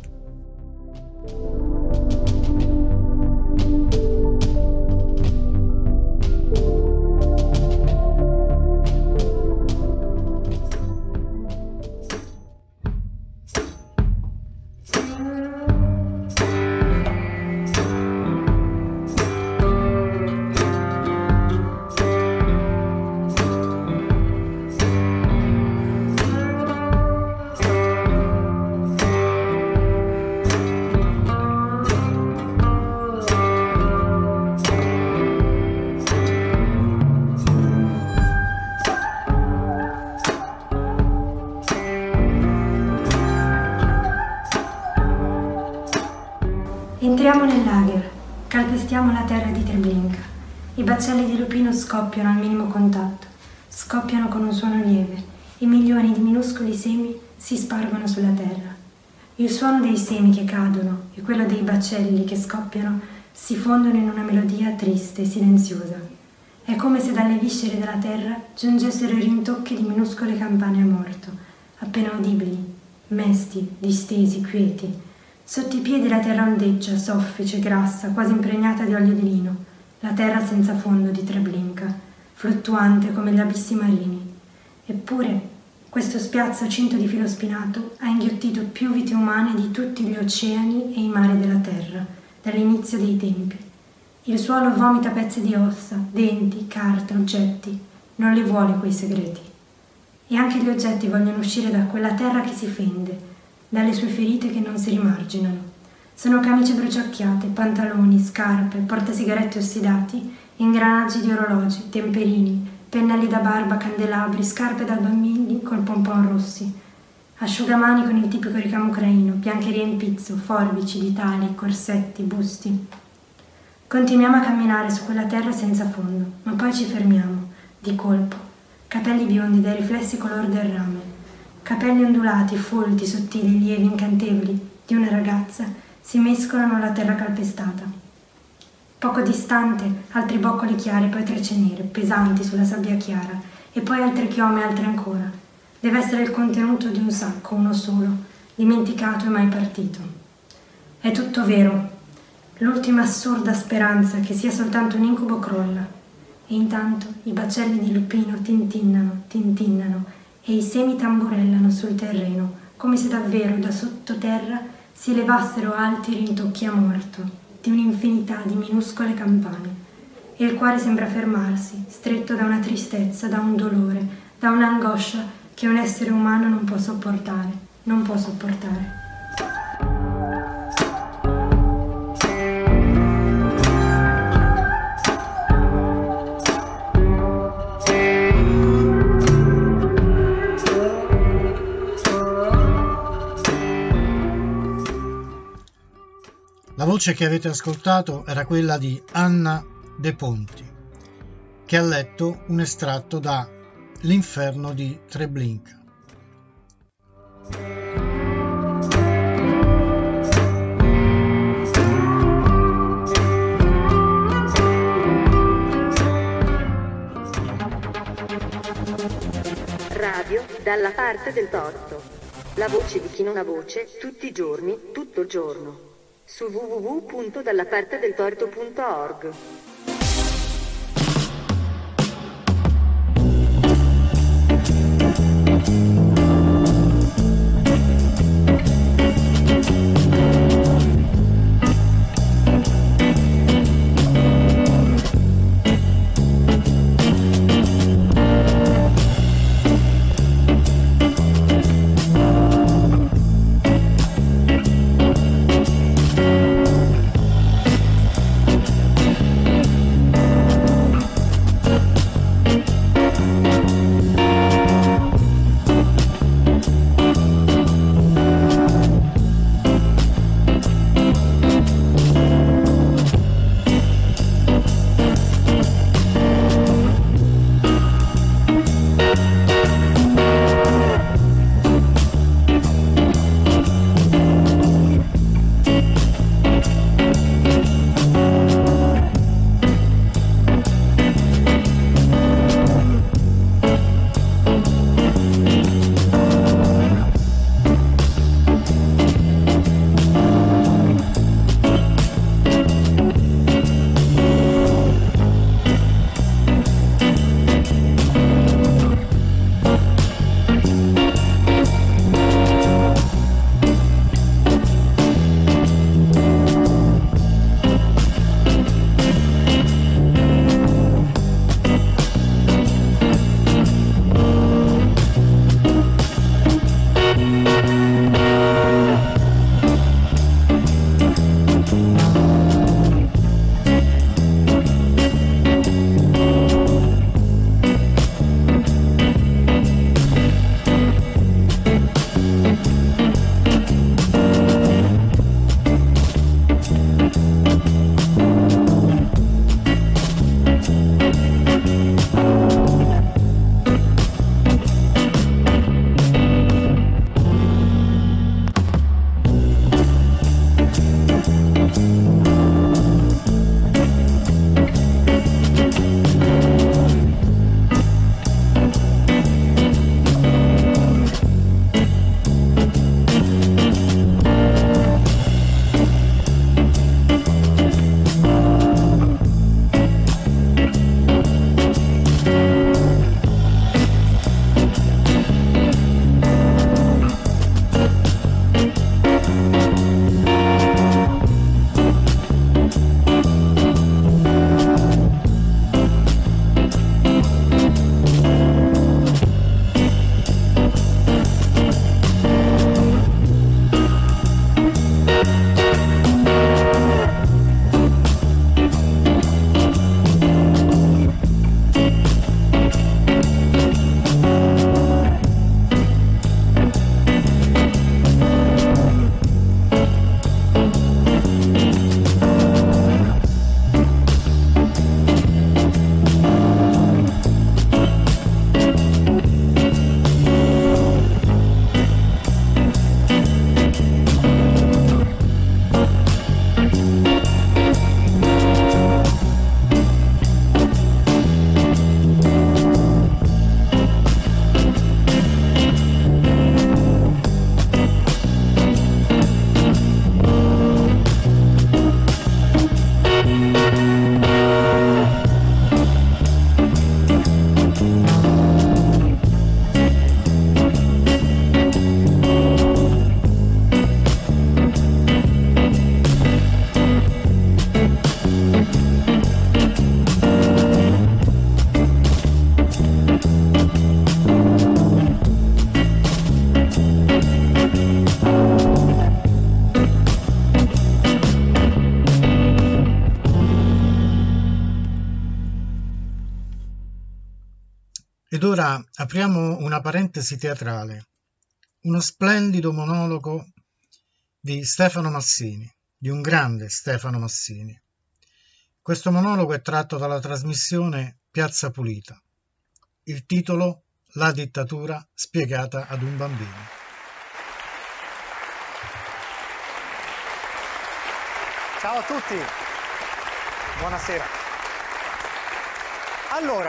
Entriamo nel lager, calpestiamo la terra di Treblinka. I baccelli di lupino scoppiano al minimo contatto, scoppiano con un suono lieve e milioni di minuscoli semi si spargono sulla terra. Il suono dei semi che cadono e quello dei baccelli che scoppiano si fondono in una melodia triste e silenziosa. È come se dalle viscere della terra giungessero i rintocchi di minuscole campane a morto, appena udibili, mesti, distesi, quieti. Sotto i piedi la terra ondeggia, soffice, grassa, quasi impregnata di olio di lino, la terra senza fondo di Treblinka, fluttuante come gli abissi marini. Eppure, questo spiazzo cinto di filo spinato ha inghiottito più vite umane di tutti gli oceani e i mari della terra, dall'inizio dei tempi. Il suolo vomita pezzi di ossa, denti, carta, oggetti. Non li vuole quei segreti. E anche gli oggetti vogliono uscire da quella terra che si fende, dalle sue ferite che non si rimarginano. Sono camicie bruciacchiate, pantaloni, scarpe, portasigarette ossidati, ingranaggi di orologi, temperini, pennelli da barba, candelabri, scarpe da bambini col pompon rossi, asciugamani con il tipico ricamo ucraino, biancherie in pizzo, forbici, ditali, corsetti, busti. Continuiamo a camminare su quella terra senza fondo, ma poi ci fermiamo, di colpo. Capelli biondi dai riflessi color del rame, capelli ondulati, folti, sottili, lievi, incantevoli, di una ragazza, si mescolano alla terra calpestata. Poco distante, altri boccoli chiari, poi trecce nere, pesanti sulla sabbia chiara, e poi altre chiome, altre ancora. Deve essere il contenuto di un sacco, uno solo, dimenticato e mai partito. È tutto vero. L'ultima assurda speranza che sia soltanto un incubo crolla. E intanto i baccelli di lupino tintinnano, tintinnano, e i semi tamburellano sul terreno, come se davvero da sottoterra si levassero alti rintocchi a morto di un'infinità di minuscole campane. E il cuore sembra fermarsi, stretto da una tristezza, da un dolore, da un'angoscia che un essere umano non può sopportare, non può sopportare. La voce che avete ascoltato era quella di Anna De Ponti, che ha letto un estratto da L'inferno di Treblinka. Radio dalla parte del torto. La voce di chi non ha voce, tutti i giorni, tutto il giorno. Su www.dallapartedeltorto.org. ora apriamo una parentesi teatrale, uno splendido monologo di Stefano Massini, di un grande Stefano Massini. Questo monologo è tratto dalla trasmissione Piazza Pulita. Il titolo: La dittatura spiegata ad un bambino. Ciao a tutti, buonasera. Allora,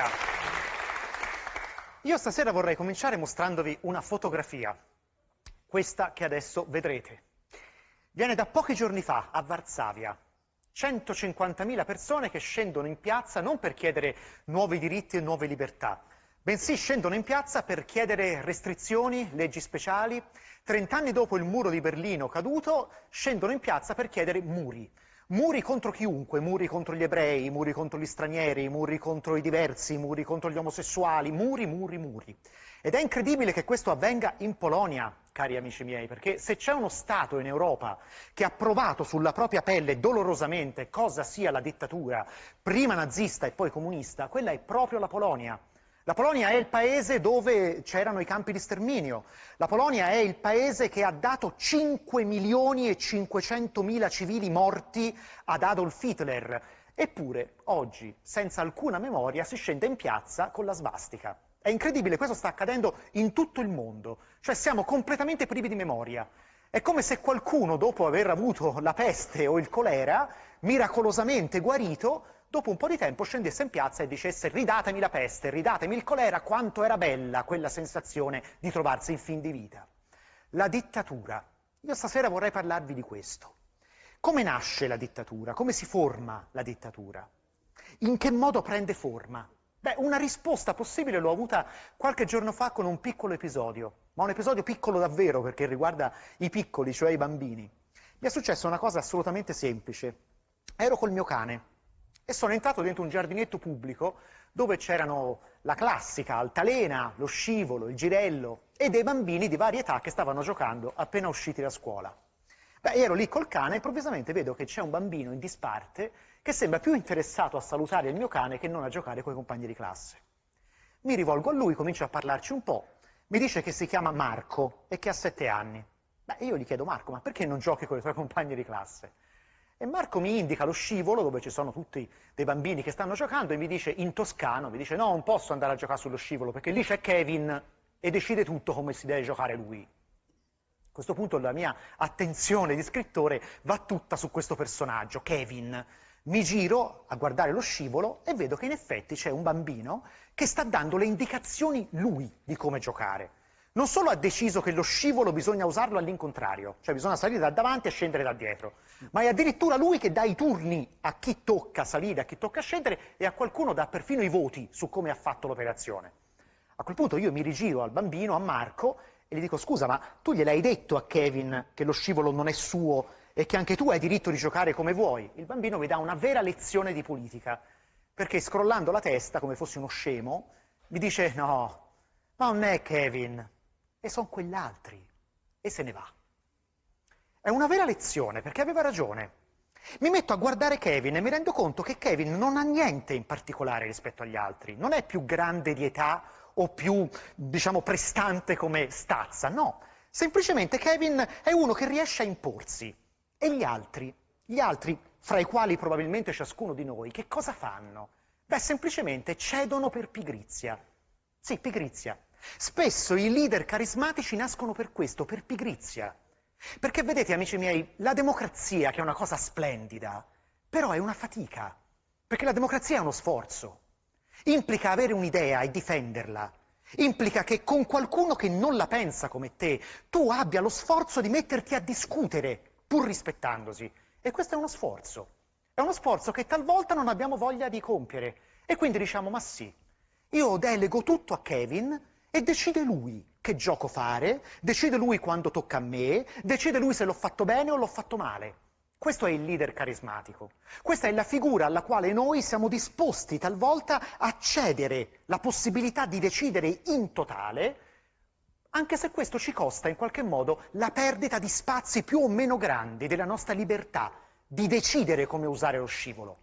io stasera vorrei cominciare mostrandovi una fotografia, questa che adesso vedrete. Viene da pochi giorni fa, a Varsavia. 150.000 persone che scendono in piazza non per chiedere nuovi diritti e nuove libertà, bensì scendono in piazza per chiedere restrizioni, leggi speciali. 30 anni dopo il muro di Berlino caduto, scendono in piazza per chiedere muri. Muri contro chiunque, muri contro gli ebrei, muri contro gli stranieri, muri contro i diversi, muri contro gli omosessuali, muri, muri, muri. Ed è incredibile che questo avvenga in Polonia, cari amici miei, perché se c'è uno Stato in Europa che ha provato sulla propria pelle dolorosamente cosa sia la dittatura, prima nazista e poi comunista, quella è proprio la Polonia. La Polonia è il paese dove c'erano i campi di sterminio. La Polonia è il paese che ha dato 5.500.000 civili morti ad Adolf Hitler. Eppure, oggi, senza alcuna memoria, si scende in piazza con la svastica. È incredibile, questo sta accadendo in tutto il mondo. Cioè siamo completamente privi di memoria. È come se qualcuno, dopo aver avuto la peste o il colera, miracolosamente guarito, dopo un po' di tempo scendesse in piazza e dicesse: ridatemi la peste, ridatemi il colera, quanto era bella quella sensazione di trovarsi in fin di vita. La dittatura. Io stasera vorrei parlarvi di questo. Come nasce la dittatura? Come si forma la dittatura? In che modo prende forma? Beh, una risposta possibile l'ho avuta qualche giorno fa con un piccolo episodio, ma un episodio piccolo davvero perché riguarda i piccoli, cioè i bambini. Mi è successa una cosa assolutamente semplice. Ero col mio cane e sono entrato dentro un giardinetto pubblico dove c'erano la classica altalena, lo scivolo, il girello e dei bambini di varie età che stavano giocando appena usciti da scuola. Beh, ero lì col cane e improvvisamente vedo che c'è un bambino in disparte che sembra più interessato a salutare il mio cane che non a giocare coi compagni di classe. Mi rivolgo a lui, comincio a parlarci un po', mi dice che si chiama Marco e che ha 7 anni. Beh, io gli chiedo: Marco, ma perché non giochi con i tuoi compagni di classe? E Marco mi indica lo scivolo dove ci sono tutti dei bambini che stanno giocando e mi dice in toscano, mi dice: no, non posso andare a giocare sullo scivolo perché lì c'è Kevin e decide tutto come si deve giocare lui. A questo punto la mia attenzione di scrittore va tutta su questo personaggio, Kevin. Mi giro a guardare lo scivolo e vedo che in effetti c'è un bambino che sta dando le indicazioni lui di come giocare. Non solo ha deciso che lo scivolo bisogna usarlo all'incontrario, cioè bisogna salire da davanti e scendere da dietro, ma è addirittura lui che dà i turni a chi tocca salire, a chi tocca scendere e a qualcuno dà perfino i voti su come ha fatto l'operazione. A quel punto io mi rigiro al bambino, a Marco, e gli dico: scusa, ma tu gliel'hai detto a Kevin che lo scivolo non è suo e che anche tu hai diritto di giocare come vuoi? Il bambino mi dà una vera lezione di politica, perché scrollando la testa, come fossi uno scemo, mi dice: no, ma non è Kevin, e sono quell'altri, e se ne va. È una vera lezione, perché aveva ragione. Mi metto a guardare Kevin e mi rendo conto che Kevin non ha niente in particolare rispetto agli altri, non è più grande di età o più, diciamo, prestante come stazza, no. Semplicemente Kevin è uno che riesce a imporsi. E gli altri, fra i quali probabilmente ciascuno di noi, che cosa fanno? Beh, semplicemente cedono per pigrizia. Sì, pigrizia. Spesso i leader carismatici nascono per questo, per pigrizia. Perché vedete, amici miei, la democrazia, che è una cosa splendida, però è una fatica. Perché la democrazia è uno sforzo. Implica avere un'idea e difenderla. Implica che con qualcuno che non la pensa come te, tu abbia lo sforzo di metterti a discutere, pur rispettandosi. E questo è uno sforzo. È uno sforzo che talvolta non abbiamo voglia di compiere. E quindi diciamo: ma sì, io delego tutto a Kevin e decide lui che gioco fare, decide lui quando tocca a me, decide lui se l'ho fatto bene o l'ho fatto male. Questo è il leader carismatico. Questa è la figura alla quale noi siamo disposti talvolta a cedere la possibilità di decidere in totale, anche se questo ci costa in qualche modo la perdita di spazi più o meno grandi della nostra libertà di decidere come usare lo scivolo.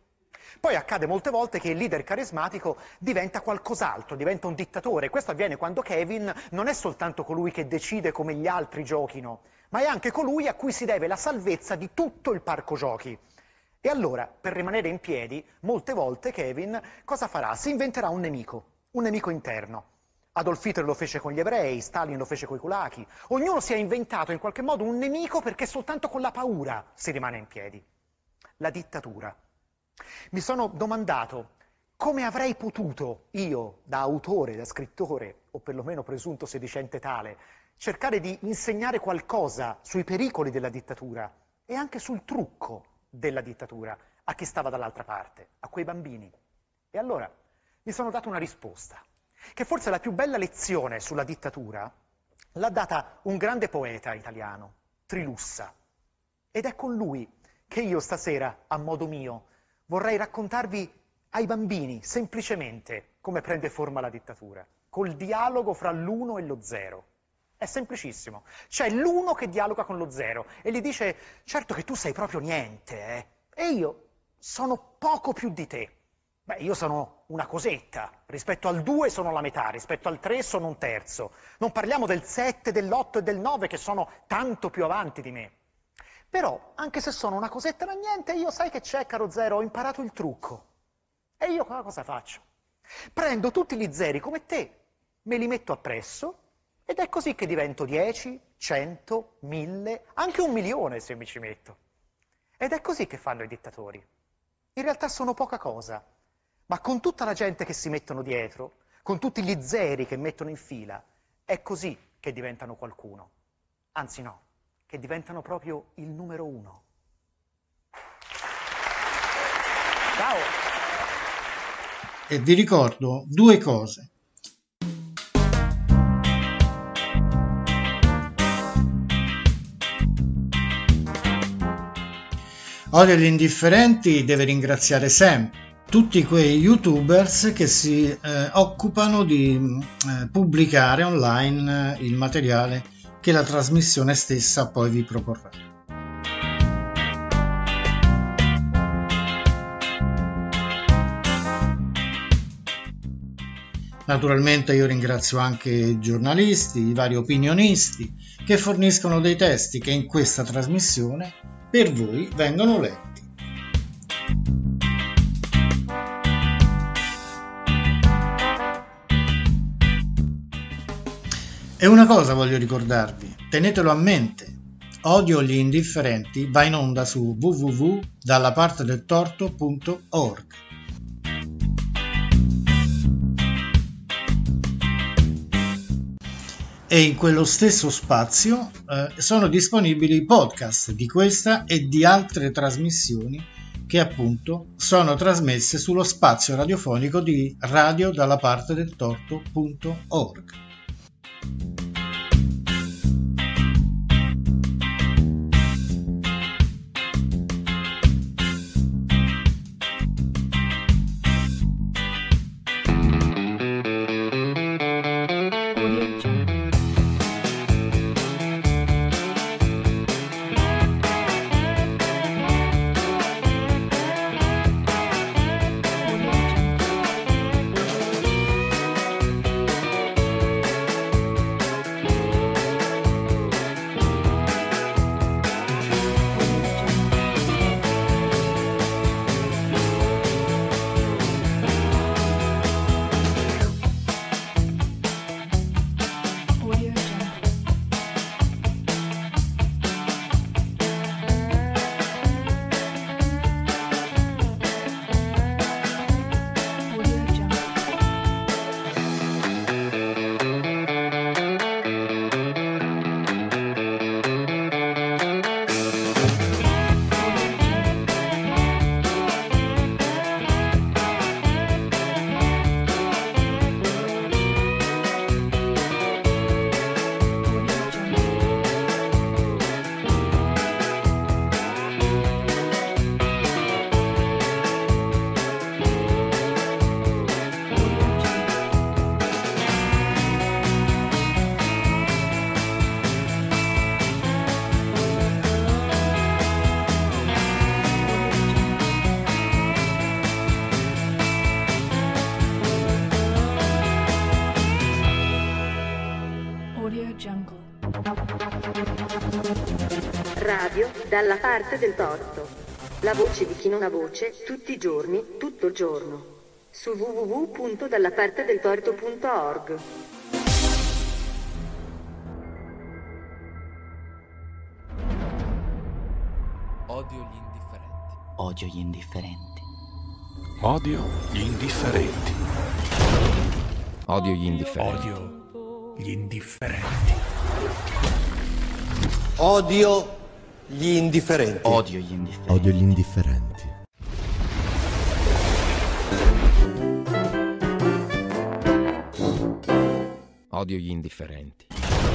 Poi accade molte volte che il leader carismatico diventa qualcos'altro, diventa un dittatore. Questo avviene quando Kevin non è soltanto colui che decide come gli altri giochino, ma è anche colui a cui si deve la salvezza di tutto il parco giochi. E allora, per rimanere in piedi, molte volte Kevin cosa farà? Si inventerà un nemico interno. Adolf Hitler lo fece con gli ebrei, Stalin lo fece con i kulaki. Ognuno si è inventato in qualche modo un nemico perché soltanto con la paura si rimane in piedi. La dittatura. Mi sono domandato come avrei potuto io, da autore, da scrittore, o perlomeno presunto sedicente tale, cercare di insegnare qualcosa sui pericoli della dittatura e anche sul trucco della dittatura a chi stava dall'altra parte, a quei bambini. E allora mi sono dato una risposta, che forse la più bella lezione sulla dittatura l'ha data un grande poeta italiano, Trilussa. Ed è con lui che io stasera, a modo mio, vorrei raccontarvi ai bambini semplicemente come prende forma la dittatura, col dialogo fra l'uno e lo zero. È semplicissimo. C'è l'uno che dialoga con lo zero e gli dice: certo che tu sei proprio niente, e io sono poco più di te. Beh, io sono una cosetta, rispetto al 2 sono la metà, rispetto al 3 sono un terzo. Non parliamo del 7, dell'8 e del 9 che sono tanto più avanti di me. Però, anche se sono una cosetta da niente, io sai che c'è, caro zero, ho imparato il trucco. E io cosa faccio? Prendo tutti gli zeri come te, me li metto appresso, ed è così che divento 10, 100, 1000, anche 1.000.000 se mi ci metto. Ed è così che fanno i dittatori. In realtà sono poca cosa, ma con tutta la gente che si mettono dietro, con tutti gli zeri che mettono in fila, è così che diventano qualcuno. Anzi no, che diventano proprio il numero 1. Ciao! E vi ricordo 2 cose. Odio gli indifferenti deve ringraziare sempre tutti quei youtubers che si occupano di pubblicare online il materiale che la trasmissione stessa poi vi proporrà. Naturalmente io ringrazio anche i giornalisti, i vari opinionisti che forniscono dei testi che in questa trasmissione per voi vengono letti. E una cosa voglio ricordarvi, tenetelo a mente, Odio gli indifferenti va in onda su www.dallapartedeltorto.org. E in quello stesso spazio sono disponibili i podcast di questa e di altre trasmissioni che appunto sono trasmesse sullo spazio radiofonico di radiodallapartedeltorto.org. Radio dalla parte del torto. La voce di chi non ha voce, tutti i giorni, tutto il giorno. Su www.dallapartedeltorto.org. Odio gli indifferenti. Odio gli indifferenti. Odio gli indifferenti. Odio gli indifferenti. Odio gli indifferenti. Odio gli indifferenti. Odio gli indifferenti. Odio gli indifferenti. Odio gli indifferenti.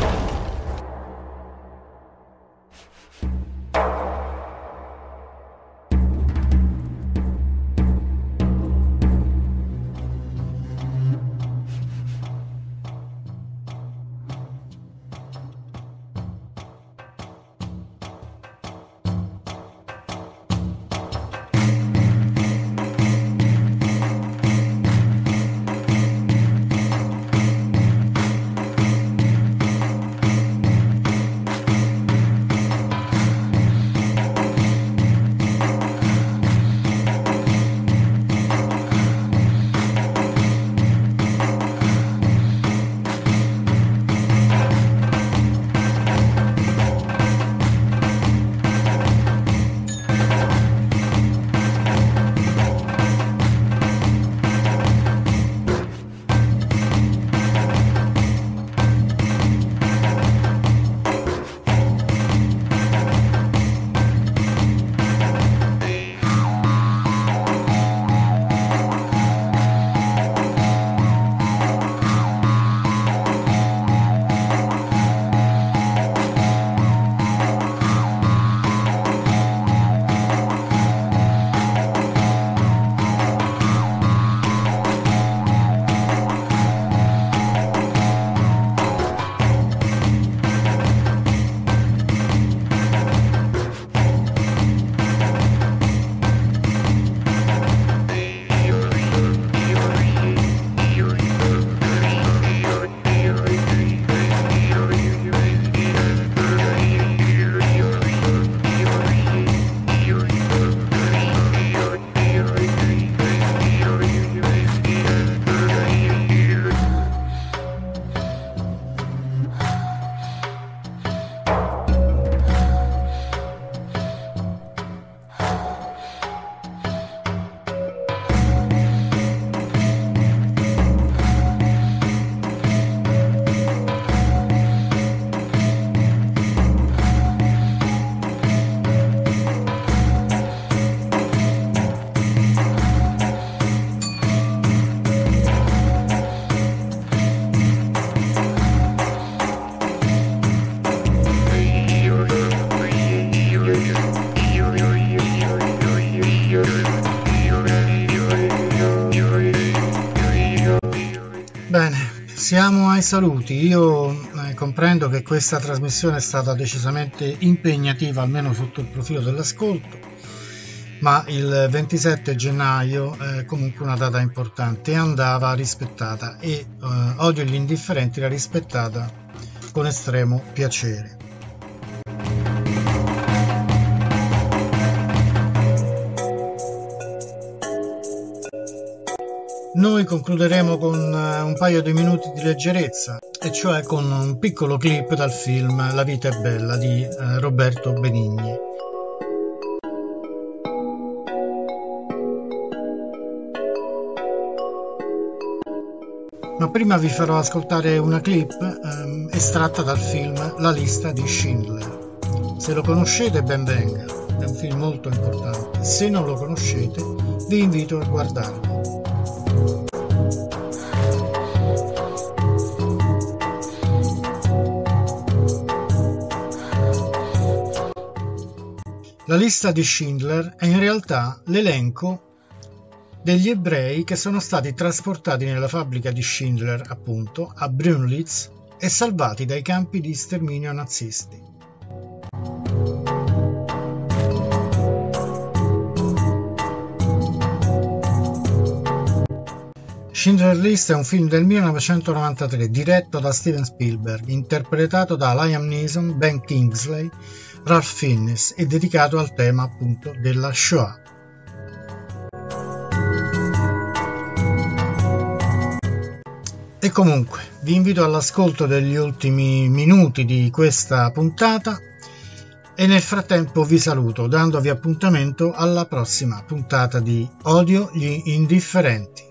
Siamo ai saluti. Io comprendo che questa trasmissione è stata decisamente impegnativa, almeno sotto il profilo dell'ascolto, ma il 27 gennaio è comunque una data importante e andava rispettata, e Odio gli indifferenti l'ha rispettata con estremo piacere. Noi concluderemo con un paio di minuti di leggerezza, e cioè con un piccolo clip dal film La vita è bella di Roberto Benigni. Ma prima vi farò ascoltare una clip estratta dal film La lista di Schindler. Se lo conoscete, ben venga, è un film molto importante. Se non lo conoscete, vi invito a guardarlo. La lista di Schindler è in realtà l'elenco degli ebrei che sono stati trasportati nella fabbrica di Schindler, appunto, a Brunlitz, e salvati dai campi di sterminio nazisti. Schindler List è un film del 1993 diretto da Steven Spielberg, interpretato da Liam Neeson, Ben Kingsley, Ralph Fiennes e dedicato al tema appunto della Shoah. E comunque vi invito all'ascolto degli ultimi minuti di questa puntata e nel frattempo vi saluto dandovi appuntamento alla prossima puntata di Odio gli indifferenti.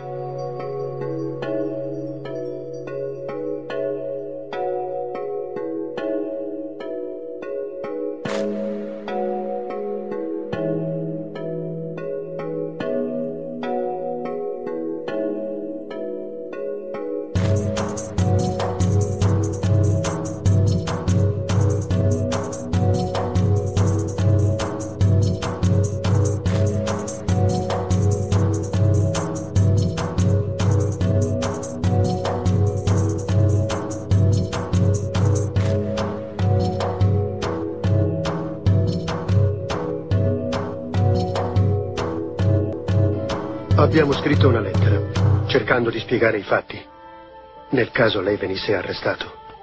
Abbiamo scritto una lettera, cercando di spiegare i fatti, nel caso lei venisse arrestato.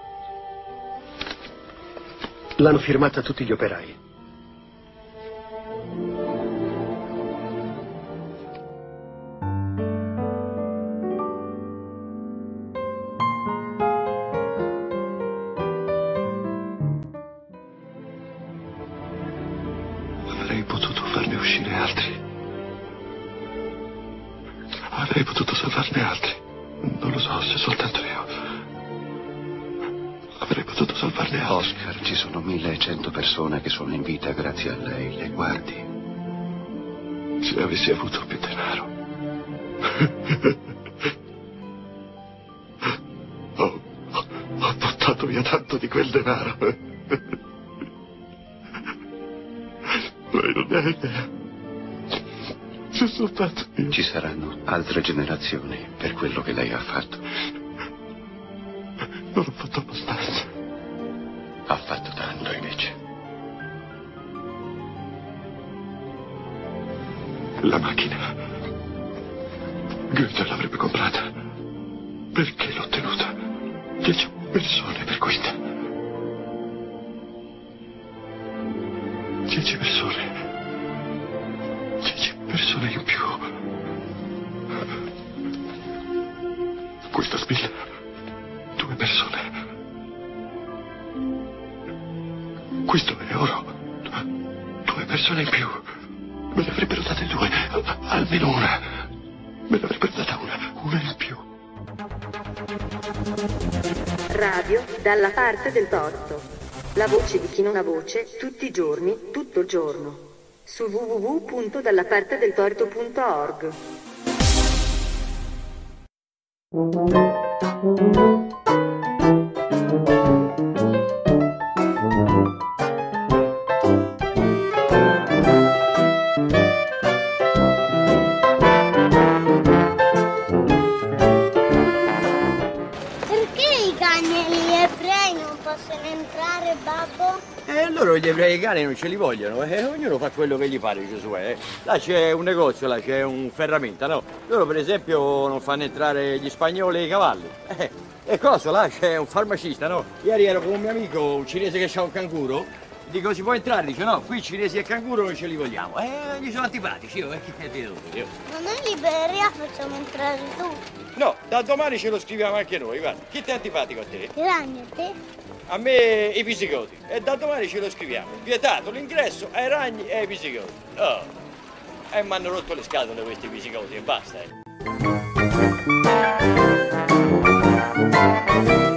L'hanno firmata tutti gli operai. Avrei potuto farne uscire altri. Avrei potuto salvarne altri. Non lo so, se soltanto io. Avrei potuto salvarne altri. Oscar, ci sono 1100 persone che sono in vita grazie a lei. Le guardi. Se avessi avuto più denaro. Ho buttato via tanto di quel denaro. Lei non ne ha idea. Se soltanto io. Ci saranno altre generazioni per quello che lei ha fatto. Non ho fatto abbastanza. Ha fatto tanto invece. La macchina. Goethe l'avrebbe comprata. Perché l'ho tenuta? 10 persone per questa. 10 persone. 10 persone in più. Questa spilla. 2 persone. Questo è oro. 2 persone in più. Me ne avrebbero date 2. Almeno una. Me ne avrebbero data una in più. Radio dalla parte del torto. La voce di chi non ha voce, tutti i giorni, tutto il giorno. Su www.dallapartedeltorto.org. Loro gli ebrei cani non ce li vogliono, ognuno fa quello che gli pare, Giosuè. Là c'è un negozio, là c'è un ferramenta, no? Loro per esempio non fanno entrare gli spagnoli e i cavalli. E cosa? Là c'è un farmacista, no? Ieri ero con un mio amico, un cinese che ha un canguro, dico si può entrare? Dice no, qui cinesi e canguro non ce li vogliamo. Gli sono antipatici, io. Ma noi in libreria facciamo entrare tutti. No, da domani ce lo scriviamo anche noi, guarda. Chi ti è antipatico a te? I ragni, a te? A me i visigoti. E da domani ce lo scriviamo. Vietato l'ingresso ai ragni e ai visigoti. Oh. E mi hanno rotto le scatole questi visigoti e basta,